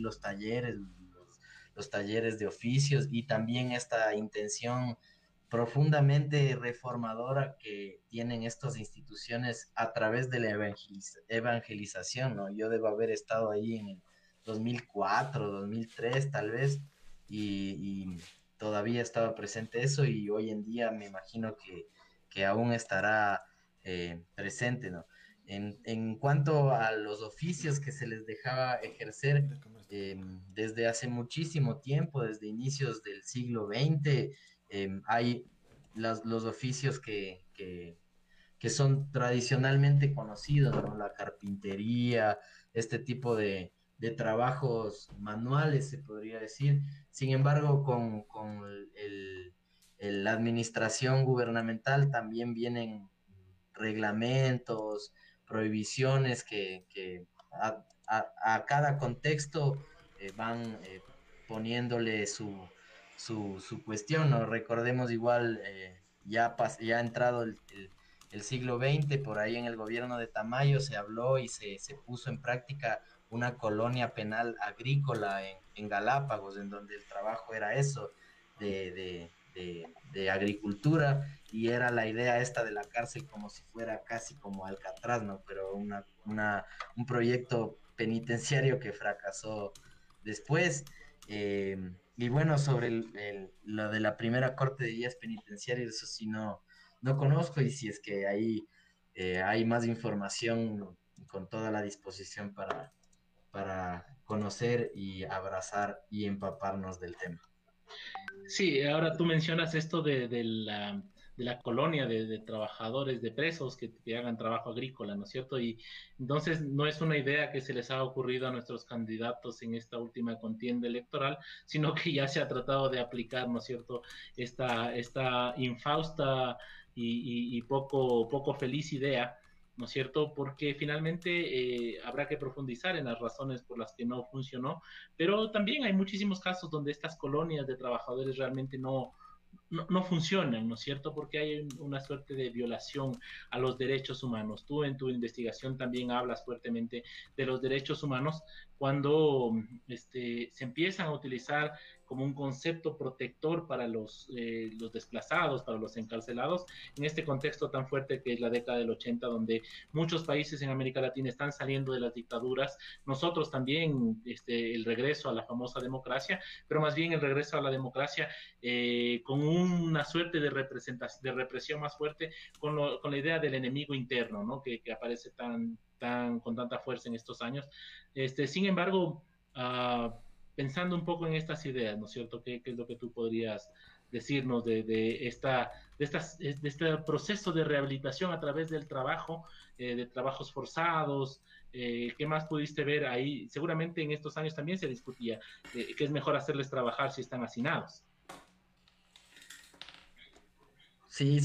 los talleres de oficios y también esta intención profundamente reformadora que tienen estas instituciones a través de la evangelización, ¿no? Yo debo haber estado ahí en el 2004, 2003 tal vez, y todavía estaba presente eso y hoy en día me imagino que aún estará presente, ¿no? En cuanto a los oficios que se les dejaba ejercer desde hace muchísimo tiempo, desde inicios del siglo XX, hay los oficios que son tradicionalmente conocidos, ¿no? La carpintería, este tipo de trabajos manuales, se podría decir. Sin embargo, con la administración gubernamental también vienen reglamentos, prohibiciones que a cada contexto van poniéndole su cuestión, ¿no? Recordemos igual, ya ha entrado el siglo XX, por ahí en el gobierno de Tamayo se habló y se puso en práctica una colonia penal agrícola en Galápagos, en donde el trabajo era eso, de agricultura, y era la idea esta de la cárcel como si fuera casi como Alcatraz, ¿no? Pero un proyecto penitenciario que fracasó después. Y bueno, sobre lo de la primera corte de guías penitenciarios, eso sí no conozco, y si es que ahí hay más información, con toda la disposición para conocer y abrazar y empaparnos del tema. Sí, ahora tú mencionas esto de la colonia de trabajadores, de presos que hagan trabajo agrícola, ¿no es cierto? Y entonces no es una idea que se les ha ocurrido a nuestros candidatos en esta última contienda electoral, sino que ya se ha tratado de aplicar, ¿no es cierto?, esta infausta y poco feliz idea. ¿No es cierto? Porque finalmente habrá que profundizar en las razones por las que no funcionó, pero también hay muchísimos casos donde estas colonias de trabajadores realmente no funcionan, ¿no es cierto? Porque hay una suerte de violación a los derechos humanos. Tú en tu investigación también hablas fuertemente de los derechos humanos cuando se empiezan a utilizar como un concepto protector para los desplazados, para los encarcelados, en este contexto tan fuerte que es la década del 80, donde muchos países en América Latina están saliendo de las dictaduras, nosotros también, el regreso a la famosa democracia, pero más bien el regreso a la democracia con una suerte de representación, de represión más fuerte, con la idea del enemigo interno, ¿no? Que aparece con tanta fuerza en estos años. Sin embargo, pensando un poco en estas ideas, ¿no es cierto? ¿Qué es lo que tú podrías decirnos de este proceso de rehabilitación a través del trabajo, de trabajos forzados? ¿Qué más pudiste ver ahí? Seguramente en estos años también se discutía que es mejor hacerles trabajar si están hacinados. Sí,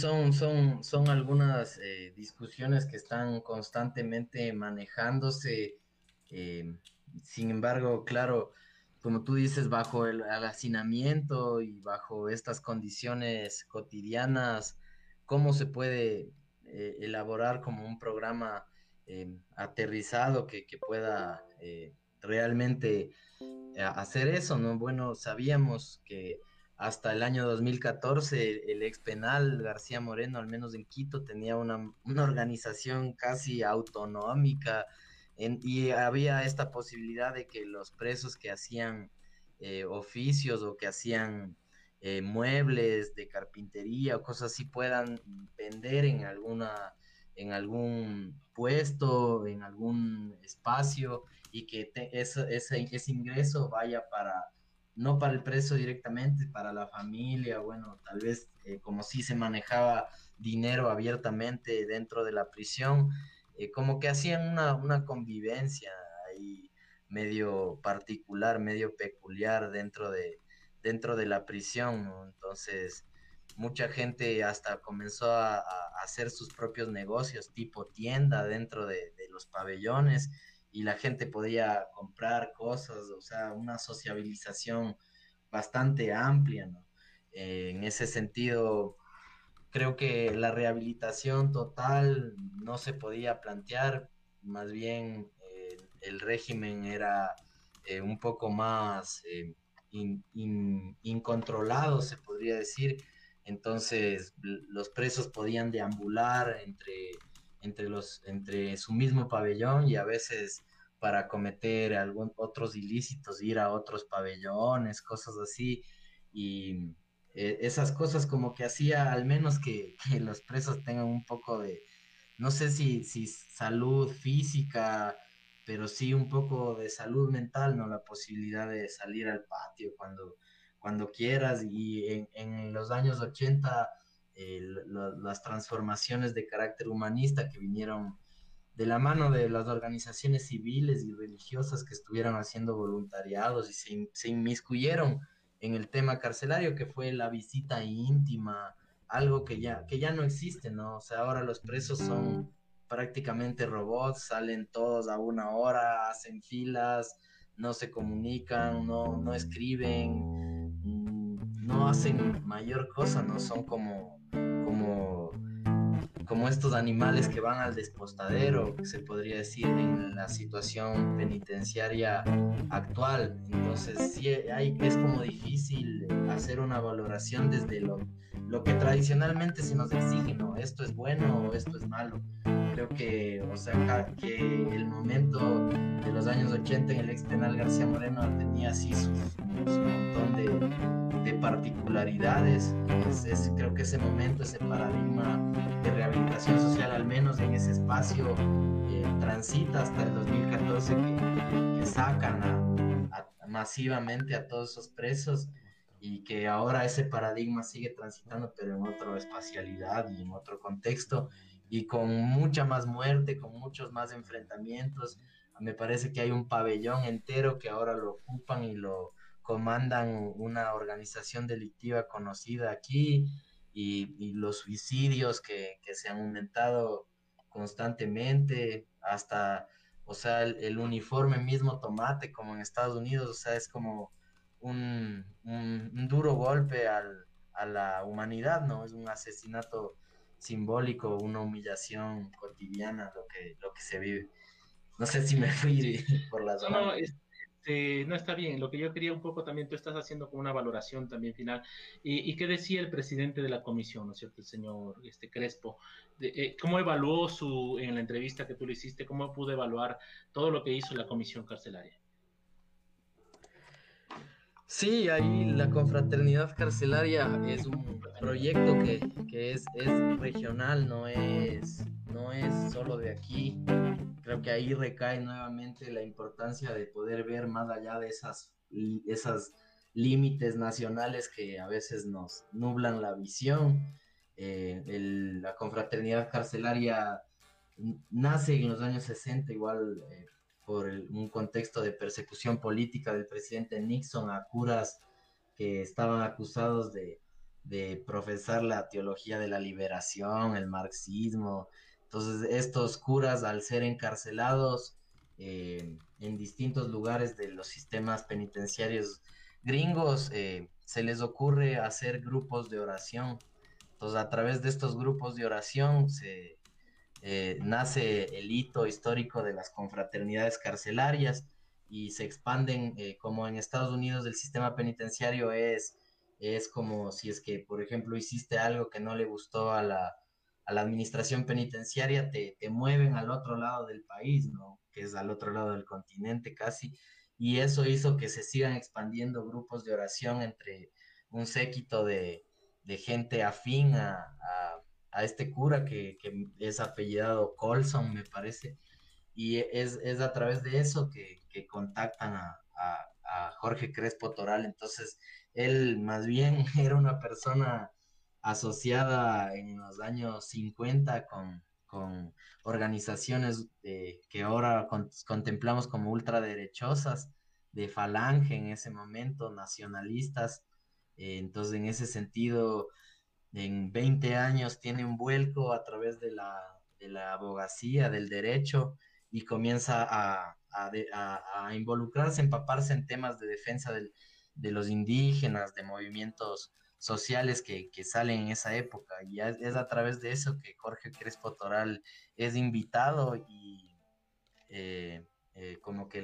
son algunas discusiones que están constantemente manejándose Eh, Sin embargo, claro, como tú dices, bajo el hacinamiento y bajo estas condiciones cotidianas, ¿cómo se puede elaborar como un programa aterrizado que pueda realmente hacer eso, ¿no? Bueno, sabíamos que hasta el año 2014 el ex penal García Moreno, al menos en Quito, tenía una organización casi autonómica y había esta posibilidad de que los presos que hacían oficios o que hacían muebles de carpintería o cosas así puedan vender en algún puesto, en algún espacio y que ese ingreso vaya para, no para el preso directamente, para la familia, bueno, tal vez como si se manejaba dinero abiertamente dentro de la prisión, como que hacían una convivencia ahí medio particular, medio peculiar dentro de la prisión, ¿no? Entonces mucha gente hasta comenzó a hacer sus propios negocios, tipo tienda dentro de los pabellones, y la gente podía comprar cosas, o sea, una sociabilización bastante amplia, ¿no? En ese sentido, creo que la rehabilitación total no se podía plantear, más bien el régimen era un poco más incontrolado, se podría decir. Entonces, los presos podían deambular entre su mismo pabellón y a veces para cometer algún otros ilícitos, ir a otros pabellones, cosas así. Y esas cosas como que hacía al menos que los presos tengan un poco de, no sé si salud física, pero sí un poco de salud mental, ¿no? La posibilidad de salir al patio cuando quieras. Y en los años 80 las transformaciones de carácter humanista que vinieron de la mano de las organizaciones civiles y religiosas que estuvieron haciendo voluntariados y se inmiscuyeron en el tema carcelario, que fue la visita íntima, algo que ya no existe, ¿no? O sea, ahora los presos son prácticamente robots, salen todos a una hora, hacen filas, no se comunican, no escriben, no hacen mayor cosa, ¿no? Son como estos animales que van al despostadero, se podría decir, en la situación penitenciaria actual. Entonces, sí, es como difícil hacer una valoración desde lo que tradicionalmente se nos exige, ¿no? Esto es bueno o esto es malo. Creo que, o sea, que el momento de los años 80 en el ex penal García Moreno tenía así su montón de particularidades. Creo que ese momento, ese paradigma de rehabilitación social, al menos en ese espacio, transita hasta el 2014 que sacan masivamente a todos esos presos y que ahora ese paradigma sigue transitando, pero en otra espacialidad y en otro contexto y con mucha más muerte, con muchos más enfrentamientos. Me parece que hay un pabellón entero que ahora lo ocupan y lo comandan una organización delictiva conocida aquí y los suicidios que se han aumentado constantemente, hasta, o sea, el uniforme mismo tomate, como en Estados Unidos, o sea, es como un duro golpe a la humanidad, ¿no? Es un asesinato simbólico, una humillación cotidiana lo que se vive. No sé si me fui por las No, ramas. no, no está bien. Lo que yo quería un poco también, tú estás haciendo como una valoración también final. ¿Y qué decía el presidente de la comisión, ¿no es cierto? El señor Crespo. ¿Cómo evaluó en la entrevista que tú le hiciste, cómo pudo evaluar todo lo que hizo la comisión carcelaria? Sí, ahí la confraternidad carcelaria es un proyecto que es regional, no es solo de aquí. Creo que ahí recae nuevamente la importancia de poder ver más allá de esas límites nacionales que a veces nos nublan la visión. La confraternidad carcelaria nace en los años 60 igual por un contexto de persecución política del presidente Nixon a curas que estaban acusados de profesar la teología de la liberación, el marxismo. Entonces, estos curas, al ser encarcelados, en distintos lugares de los sistemas penitenciarios gringos, se les ocurre hacer grupos de oración. Entonces, a través de estos grupos de oración nace el hito histórico de las confraternidades carcelarias y se expanden, como en Estados Unidos el sistema penitenciario es como si es que, por ejemplo, hiciste algo que no le gustó a la administración penitenciaria, te mueven al otro lado del país, ¿no? Que es al otro lado del continente casi. Y eso hizo que se sigan expandiendo grupos de oración entre un séquito de gente afín a este cura que es apellidado Colson, me parece, y es a través de eso que contactan a Jorge Crespo Toral. Entonces, él más bien era una persona asociada en los años 50 con organizaciones que ahora contemplamos como ultraderechosas, de Falange en ese momento, nacionalistas. Entonces, en ese sentido en 20 años tiene un vuelco a través de la abogacía, del derecho, y comienza a involucrarse, empaparse en temas de defensa de los indígenas, de movimientos sociales que salen en esa época. Y es a través de eso que Jorge Crespo Toral es invitado y eh, como que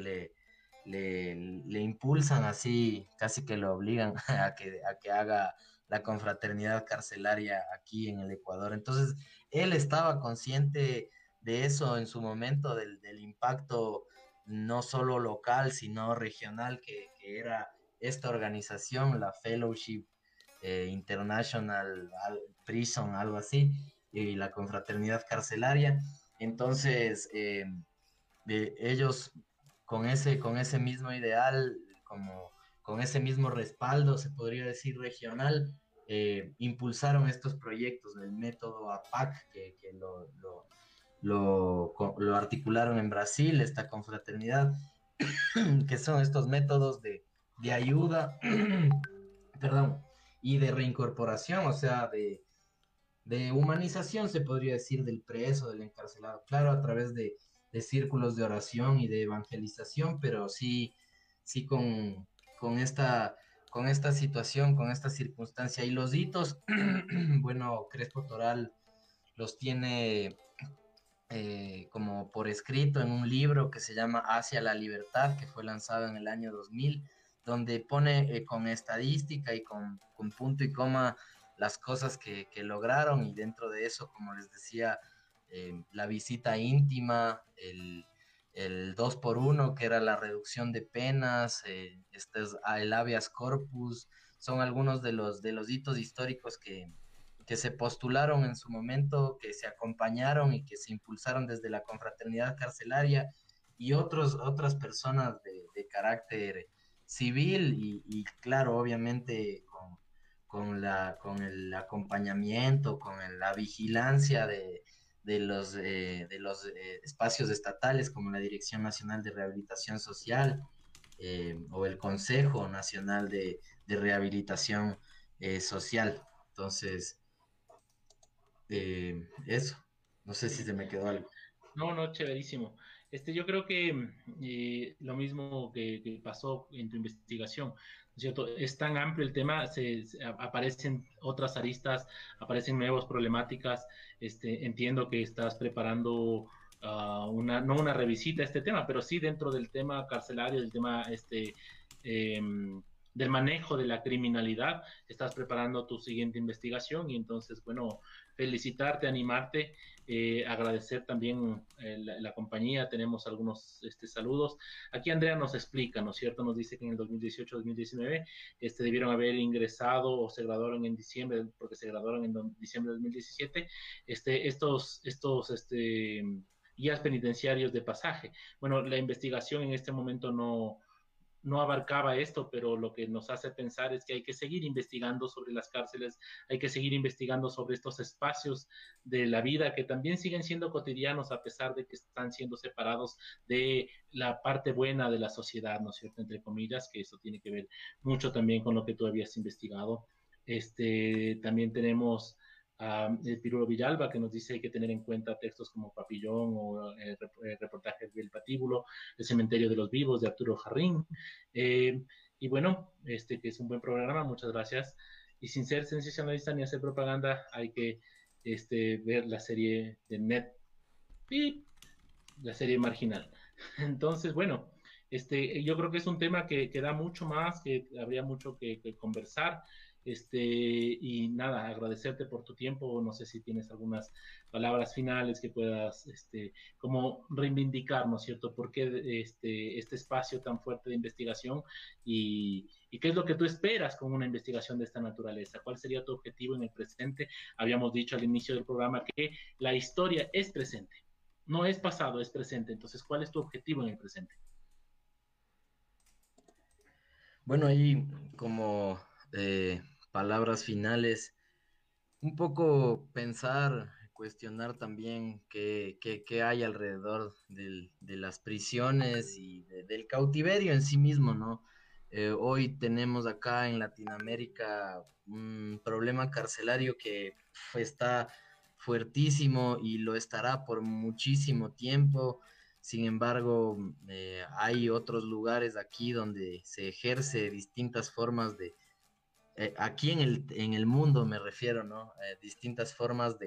le impulsan así, casi que lo obligan a que haga la confraternidad carcelaria aquí en el Ecuador. Entonces, él estaba consciente de eso en su momento, del impacto no solo local, sino regional que era esta organización, la Fellowship International Prison, algo así, y la confraternidad carcelaria. Entonces, ellos con ese mismo ideal, como con ese mismo respaldo, se podría decir regional, impulsaron estos proyectos del método APAC, que lo articularon en Brasil, esta confraternidad, que son estos métodos de ayuda, perdón, y de reincorporación, o sea, de humanización, se podría decir, del preso, del encarcelado, claro, a través de círculos de oración y de evangelización, pero sí, sí con esta situación, con esta circunstancia. Y los hitos, bueno, Crespo Toral los tiene como por escrito en un libro que se llama Hacia la Libertad, que fue lanzado en el año 2000, donde pone con estadística y con punto y coma las cosas que lograron, y dentro de eso, como les decía, la visita íntima, el 2 por uno que era la reducción de penas, el habeas corpus, son algunos de los hitos históricos que se postularon en su momento, que se acompañaron y que se impulsaron desde la confraternidad carcelaria y otras personas de carácter civil y claro, obviamente con el acompañamiento, la vigilancia de los espacios estatales como la Dirección Nacional de Rehabilitación Social o el Consejo Nacional de Rehabilitación Social. Entonces, eso, no sé si se me quedó algo. No, no, chéverísimo. Yo creo que lo mismo que pasó en tu investigación, ¿no es cierto? Es tan amplio el tema, aparecen otras aristas, aparecen nuevas problemáticas. Entiendo que estás preparando no una revisita a este tema, pero sí dentro del tema carcelario, del tema del manejo de la criminalidad, estás preparando tu siguiente investigación y entonces, bueno, felicitarte, animarte, agradecer también la compañía. Tenemos algunos saludos. Aquí Andrea nos explica, ¿no es cierto? Nos dice que en el 2018-2019 debieron haber ingresado o se graduaron en diciembre, porque se graduaron en diciembre de 2017, guías penitenciarios de pasaje. Bueno, la investigación en este momento no abarcaba esto, pero lo que nos hace pensar es que hay que seguir investigando sobre las cárceles, hay que seguir investigando sobre estos espacios de la vida que también siguen siendo cotidianos a pesar de que están siendo separados de la parte buena de la sociedad, ¿no es cierto? Entre comillas, que eso tiene que ver mucho también con lo que tú habías investigado. También tenemos a Pirulo Villalba, que nos dice hay que tener en cuenta textos como Papillón o reportajes del Patíbulo, El Cementerio de los Vivos de Arturo Jarrín. Eh, y bueno, que es un buen programa, muchas gracias. Y sin ser sensacionalista ni hacer propaganda, hay que ver la serie de Net, la serie Marginal. Entonces, bueno, yo creo que es un tema que da mucho más, que habría mucho que conversar. Y nada, agradecerte por tu tiempo. No sé si tienes algunas palabras finales que puedas, como reivindicar, ¿no es cierto? ¿Por qué este espacio tan fuerte de investigación y qué es lo que tú esperas con una investigación de esta naturaleza? ¿Cuál sería tu objetivo en el presente? Habíamos dicho al inicio del programa que la historia es presente, no es pasado, es presente. Entonces, ¿cuál es tu objetivo en el presente? Bueno, ahí como palabras finales, un poco pensar, cuestionar también qué hay alrededor de las prisiones y del cautiverio en sí mismo, ¿no? Hoy tenemos acá en Latinoamérica un problema carcelario que está fuertísimo y lo estará por muchísimo tiempo. Sin embargo, hay otros lugares aquí donde se ejerce distintas formas aquí en el mundo me refiero, ¿no? Distintas formas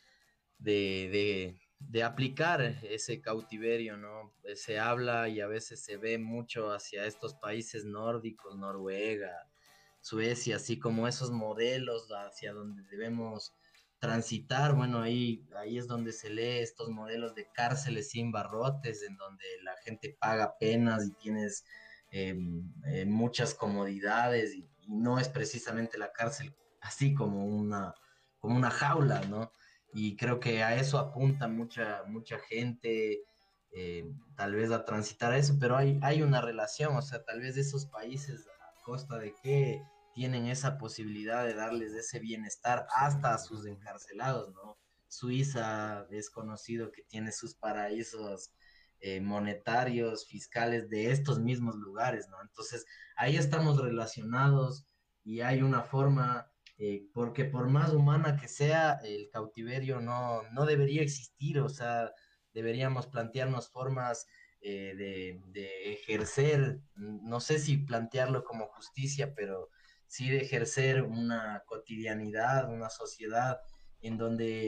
de aplicar ese cautiverio, ¿no? Se habla y a veces se ve mucho hacia estos países nórdicos, Noruega, Suecia, así como esos modelos hacia donde debemos transitar. Bueno, ahí es donde se lee estos modelos de cárceles sin barrotes, en donde la gente paga penas y tienes muchas comodidades y no es precisamente la cárcel así como una jaula, ¿no? Y creo que a eso apunta mucha gente, tal vez a transitar a eso, pero hay una relación, o sea, tal vez esos países a costa de que tienen esa posibilidad de darles ese bienestar hasta a sus encarcelados, ¿no? Suiza es conocido que tiene sus paraísos monetarios, fiscales de estos mismos lugares, ¿no? Entonces, ahí estamos relacionados y hay una forma, porque por más humana que sea, el cautiverio no debería existir, o sea, deberíamos plantearnos formas de ejercer, no sé si plantearlo como justicia, pero sí de ejercer una cotidianidad, una sociedad en donde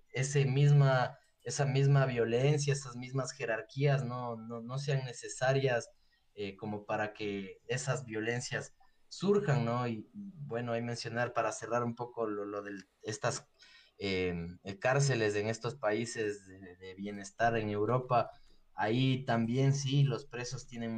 esa misma violencia, esas mismas jerarquías no sean necesarias como para que esas violencias surjan, ¿no? Y bueno, hay mencionar para cerrar un poco lo de estas cárceles en estos países de bienestar en Europa, ahí también sí, los presos tienen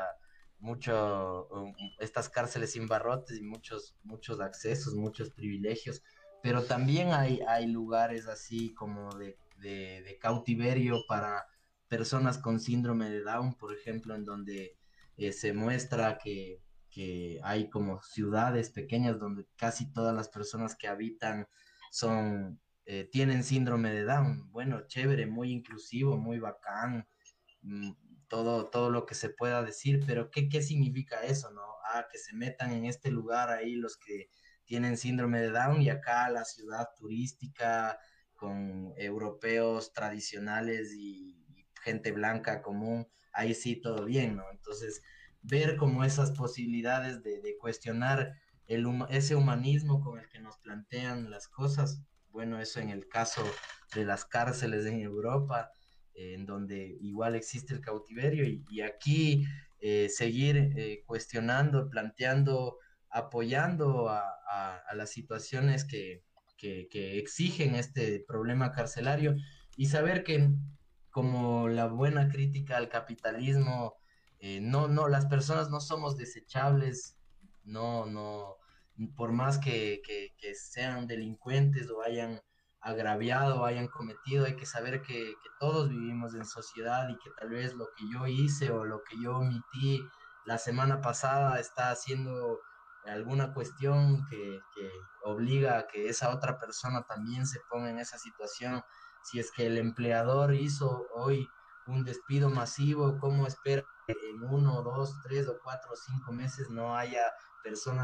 estas cárceles sin barrotes y muchos accesos, muchos privilegios, pero también hay lugares así como de cautiverio para personas con síndrome de Down, por ejemplo, en donde se muestra que hay como ciudades pequeñas donde casi todas las personas que habitan tienen síndrome de Down. Bueno, chévere, muy inclusivo, muy bacán, mm, todo lo que se pueda decir, pero ¿qué significa eso, no? Ah, que se metan en este lugar ahí los que tienen síndrome de Down y acá la ciudad turística con europeos tradicionales y gente blanca común, ahí sí todo bien, ¿no? Entonces, ver como esas posibilidades de cuestionar ese humanismo con el que nos plantean las cosas, bueno, eso en el caso de las cárceles en Europa en donde igual existe el cautiverio y aquí seguir cuestionando, planteando, apoyando a las situaciones que exigen este problema carcelario y saber que como la buena crítica al capitalismo, las personas no somos desechables, no, por más que sean delincuentes o hayan agraviado, hayan cometido, hay que saber que todos vivimos en sociedad y que tal vez lo que yo hice o lo que yo omití la semana pasada está haciendo alguna cuestión que obliga a que esa otra persona también se ponga en esa situación. Si es que el empleador hizo hoy un despido masivo, ¿cómo espera que en 1, 2, 3 o 4 o 5 meses no haya personas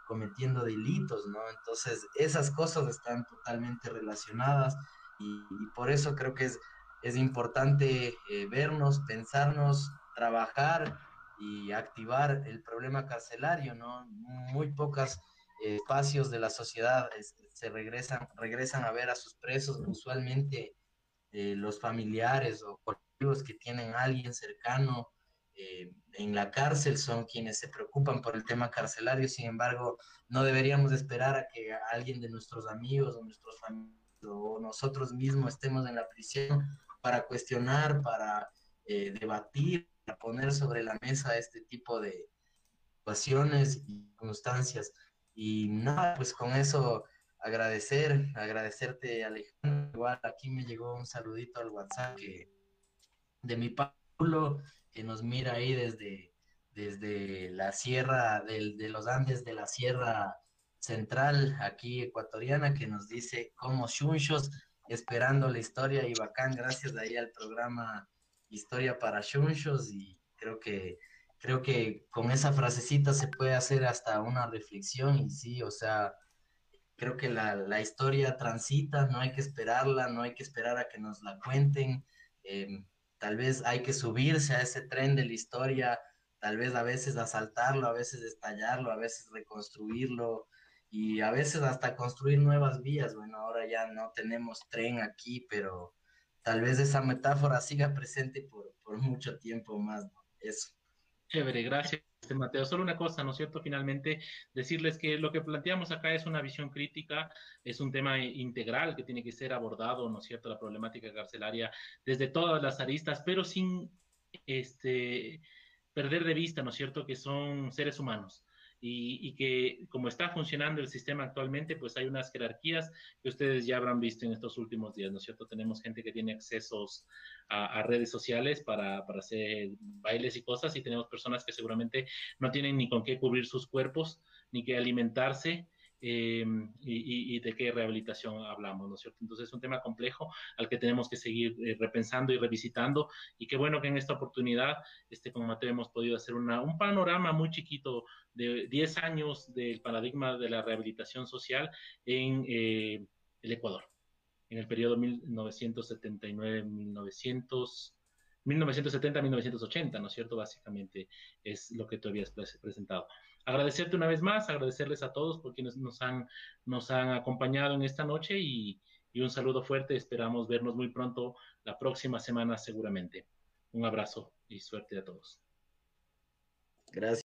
cometiendo delitos, ¿no? Entonces, esas cosas están totalmente relacionadas y por eso creo que es importante vernos, pensarnos, trabajar y activar el problema carcelario, ¿no? Muy pocas espacios de la sociedad se regresan a ver a sus presos, usualmente los familiares o colectivos que tienen a alguien cercano en la cárcel son quienes se preocupan por el tema carcelario. Sin embargo, no deberíamos esperar a que alguien de nuestros amigos o nuestros familiares o nosotros mismos estemos en la prisión para cuestionar, para debatir, para poner sobre la mesa este tipo de situaciones y circunstancias. Y nada, pues con eso agradecerte, Alejandro. Igual aquí me llegó un saludito al WhatsApp de mi Pablo, que nos mira ahí desde la sierra de los Andes, de la Sierra Central, aquí ecuatoriana, que nos dice como chunchos, esperando la historia y bacán, gracias de ahí al programa Historia para Chunchos, y creo que con esa frasecita se puede hacer hasta una reflexión, y sí, o sea, creo que la historia transita, no hay que esperarla, no hay que esperar a que nos la cuenten. Tal vez hay que subirse a ese tren de la historia, tal vez a veces asaltarlo, a veces estallarlo, a veces reconstruirlo y a veces hasta construir nuevas vías. Bueno, ahora ya no tenemos tren aquí, pero tal vez esa metáfora siga presente por mucho tiempo más, ¿no? Eso. Chévere, gracias, Mateo. Solo una cosa, ¿no es cierto? Finalmente, decirles que lo que planteamos acá es una visión crítica, es un tema integral que tiene que ser abordado, ¿no es cierto? La problemática carcelaria desde todas las aristas, pero sin este, perder de vista, ¿no es cierto?, que son seres humanos y que como está funcionando el sistema actualmente, pues hay unas jerarquías que ustedes ya habrán visto en estos últimos días, ¿no es cierto? Tenemos gente que tiene accesos a redes sociales para hacer bailes y cosas y tenemos personas que seguramente no tienen ni con qué cubrir sus cuerpos, ni qué alimentarse. Y de qué rehabilitación hablamos, ¿no es cierto? Entonces es un tema complejo al que tenemos que seguir repensando y revisitando y qué bueno que en esta oportunidad con Mateo hemos podido hacer un panorama muy chiquito de 10 años del paradigma de la rehabilitación social en el Ecuador, en el periodo 1970-1980, ¿no es cierto? Básicamente es lo que tú habías presentado. Agradecerte una vez más, agradecerles a todos por quienes nos han acompañado en esta noche y un saludo fuerte. Esperamos vernos muy pronto la próxima semana seguramente. Un abrazo y suerte a todos. Gracias.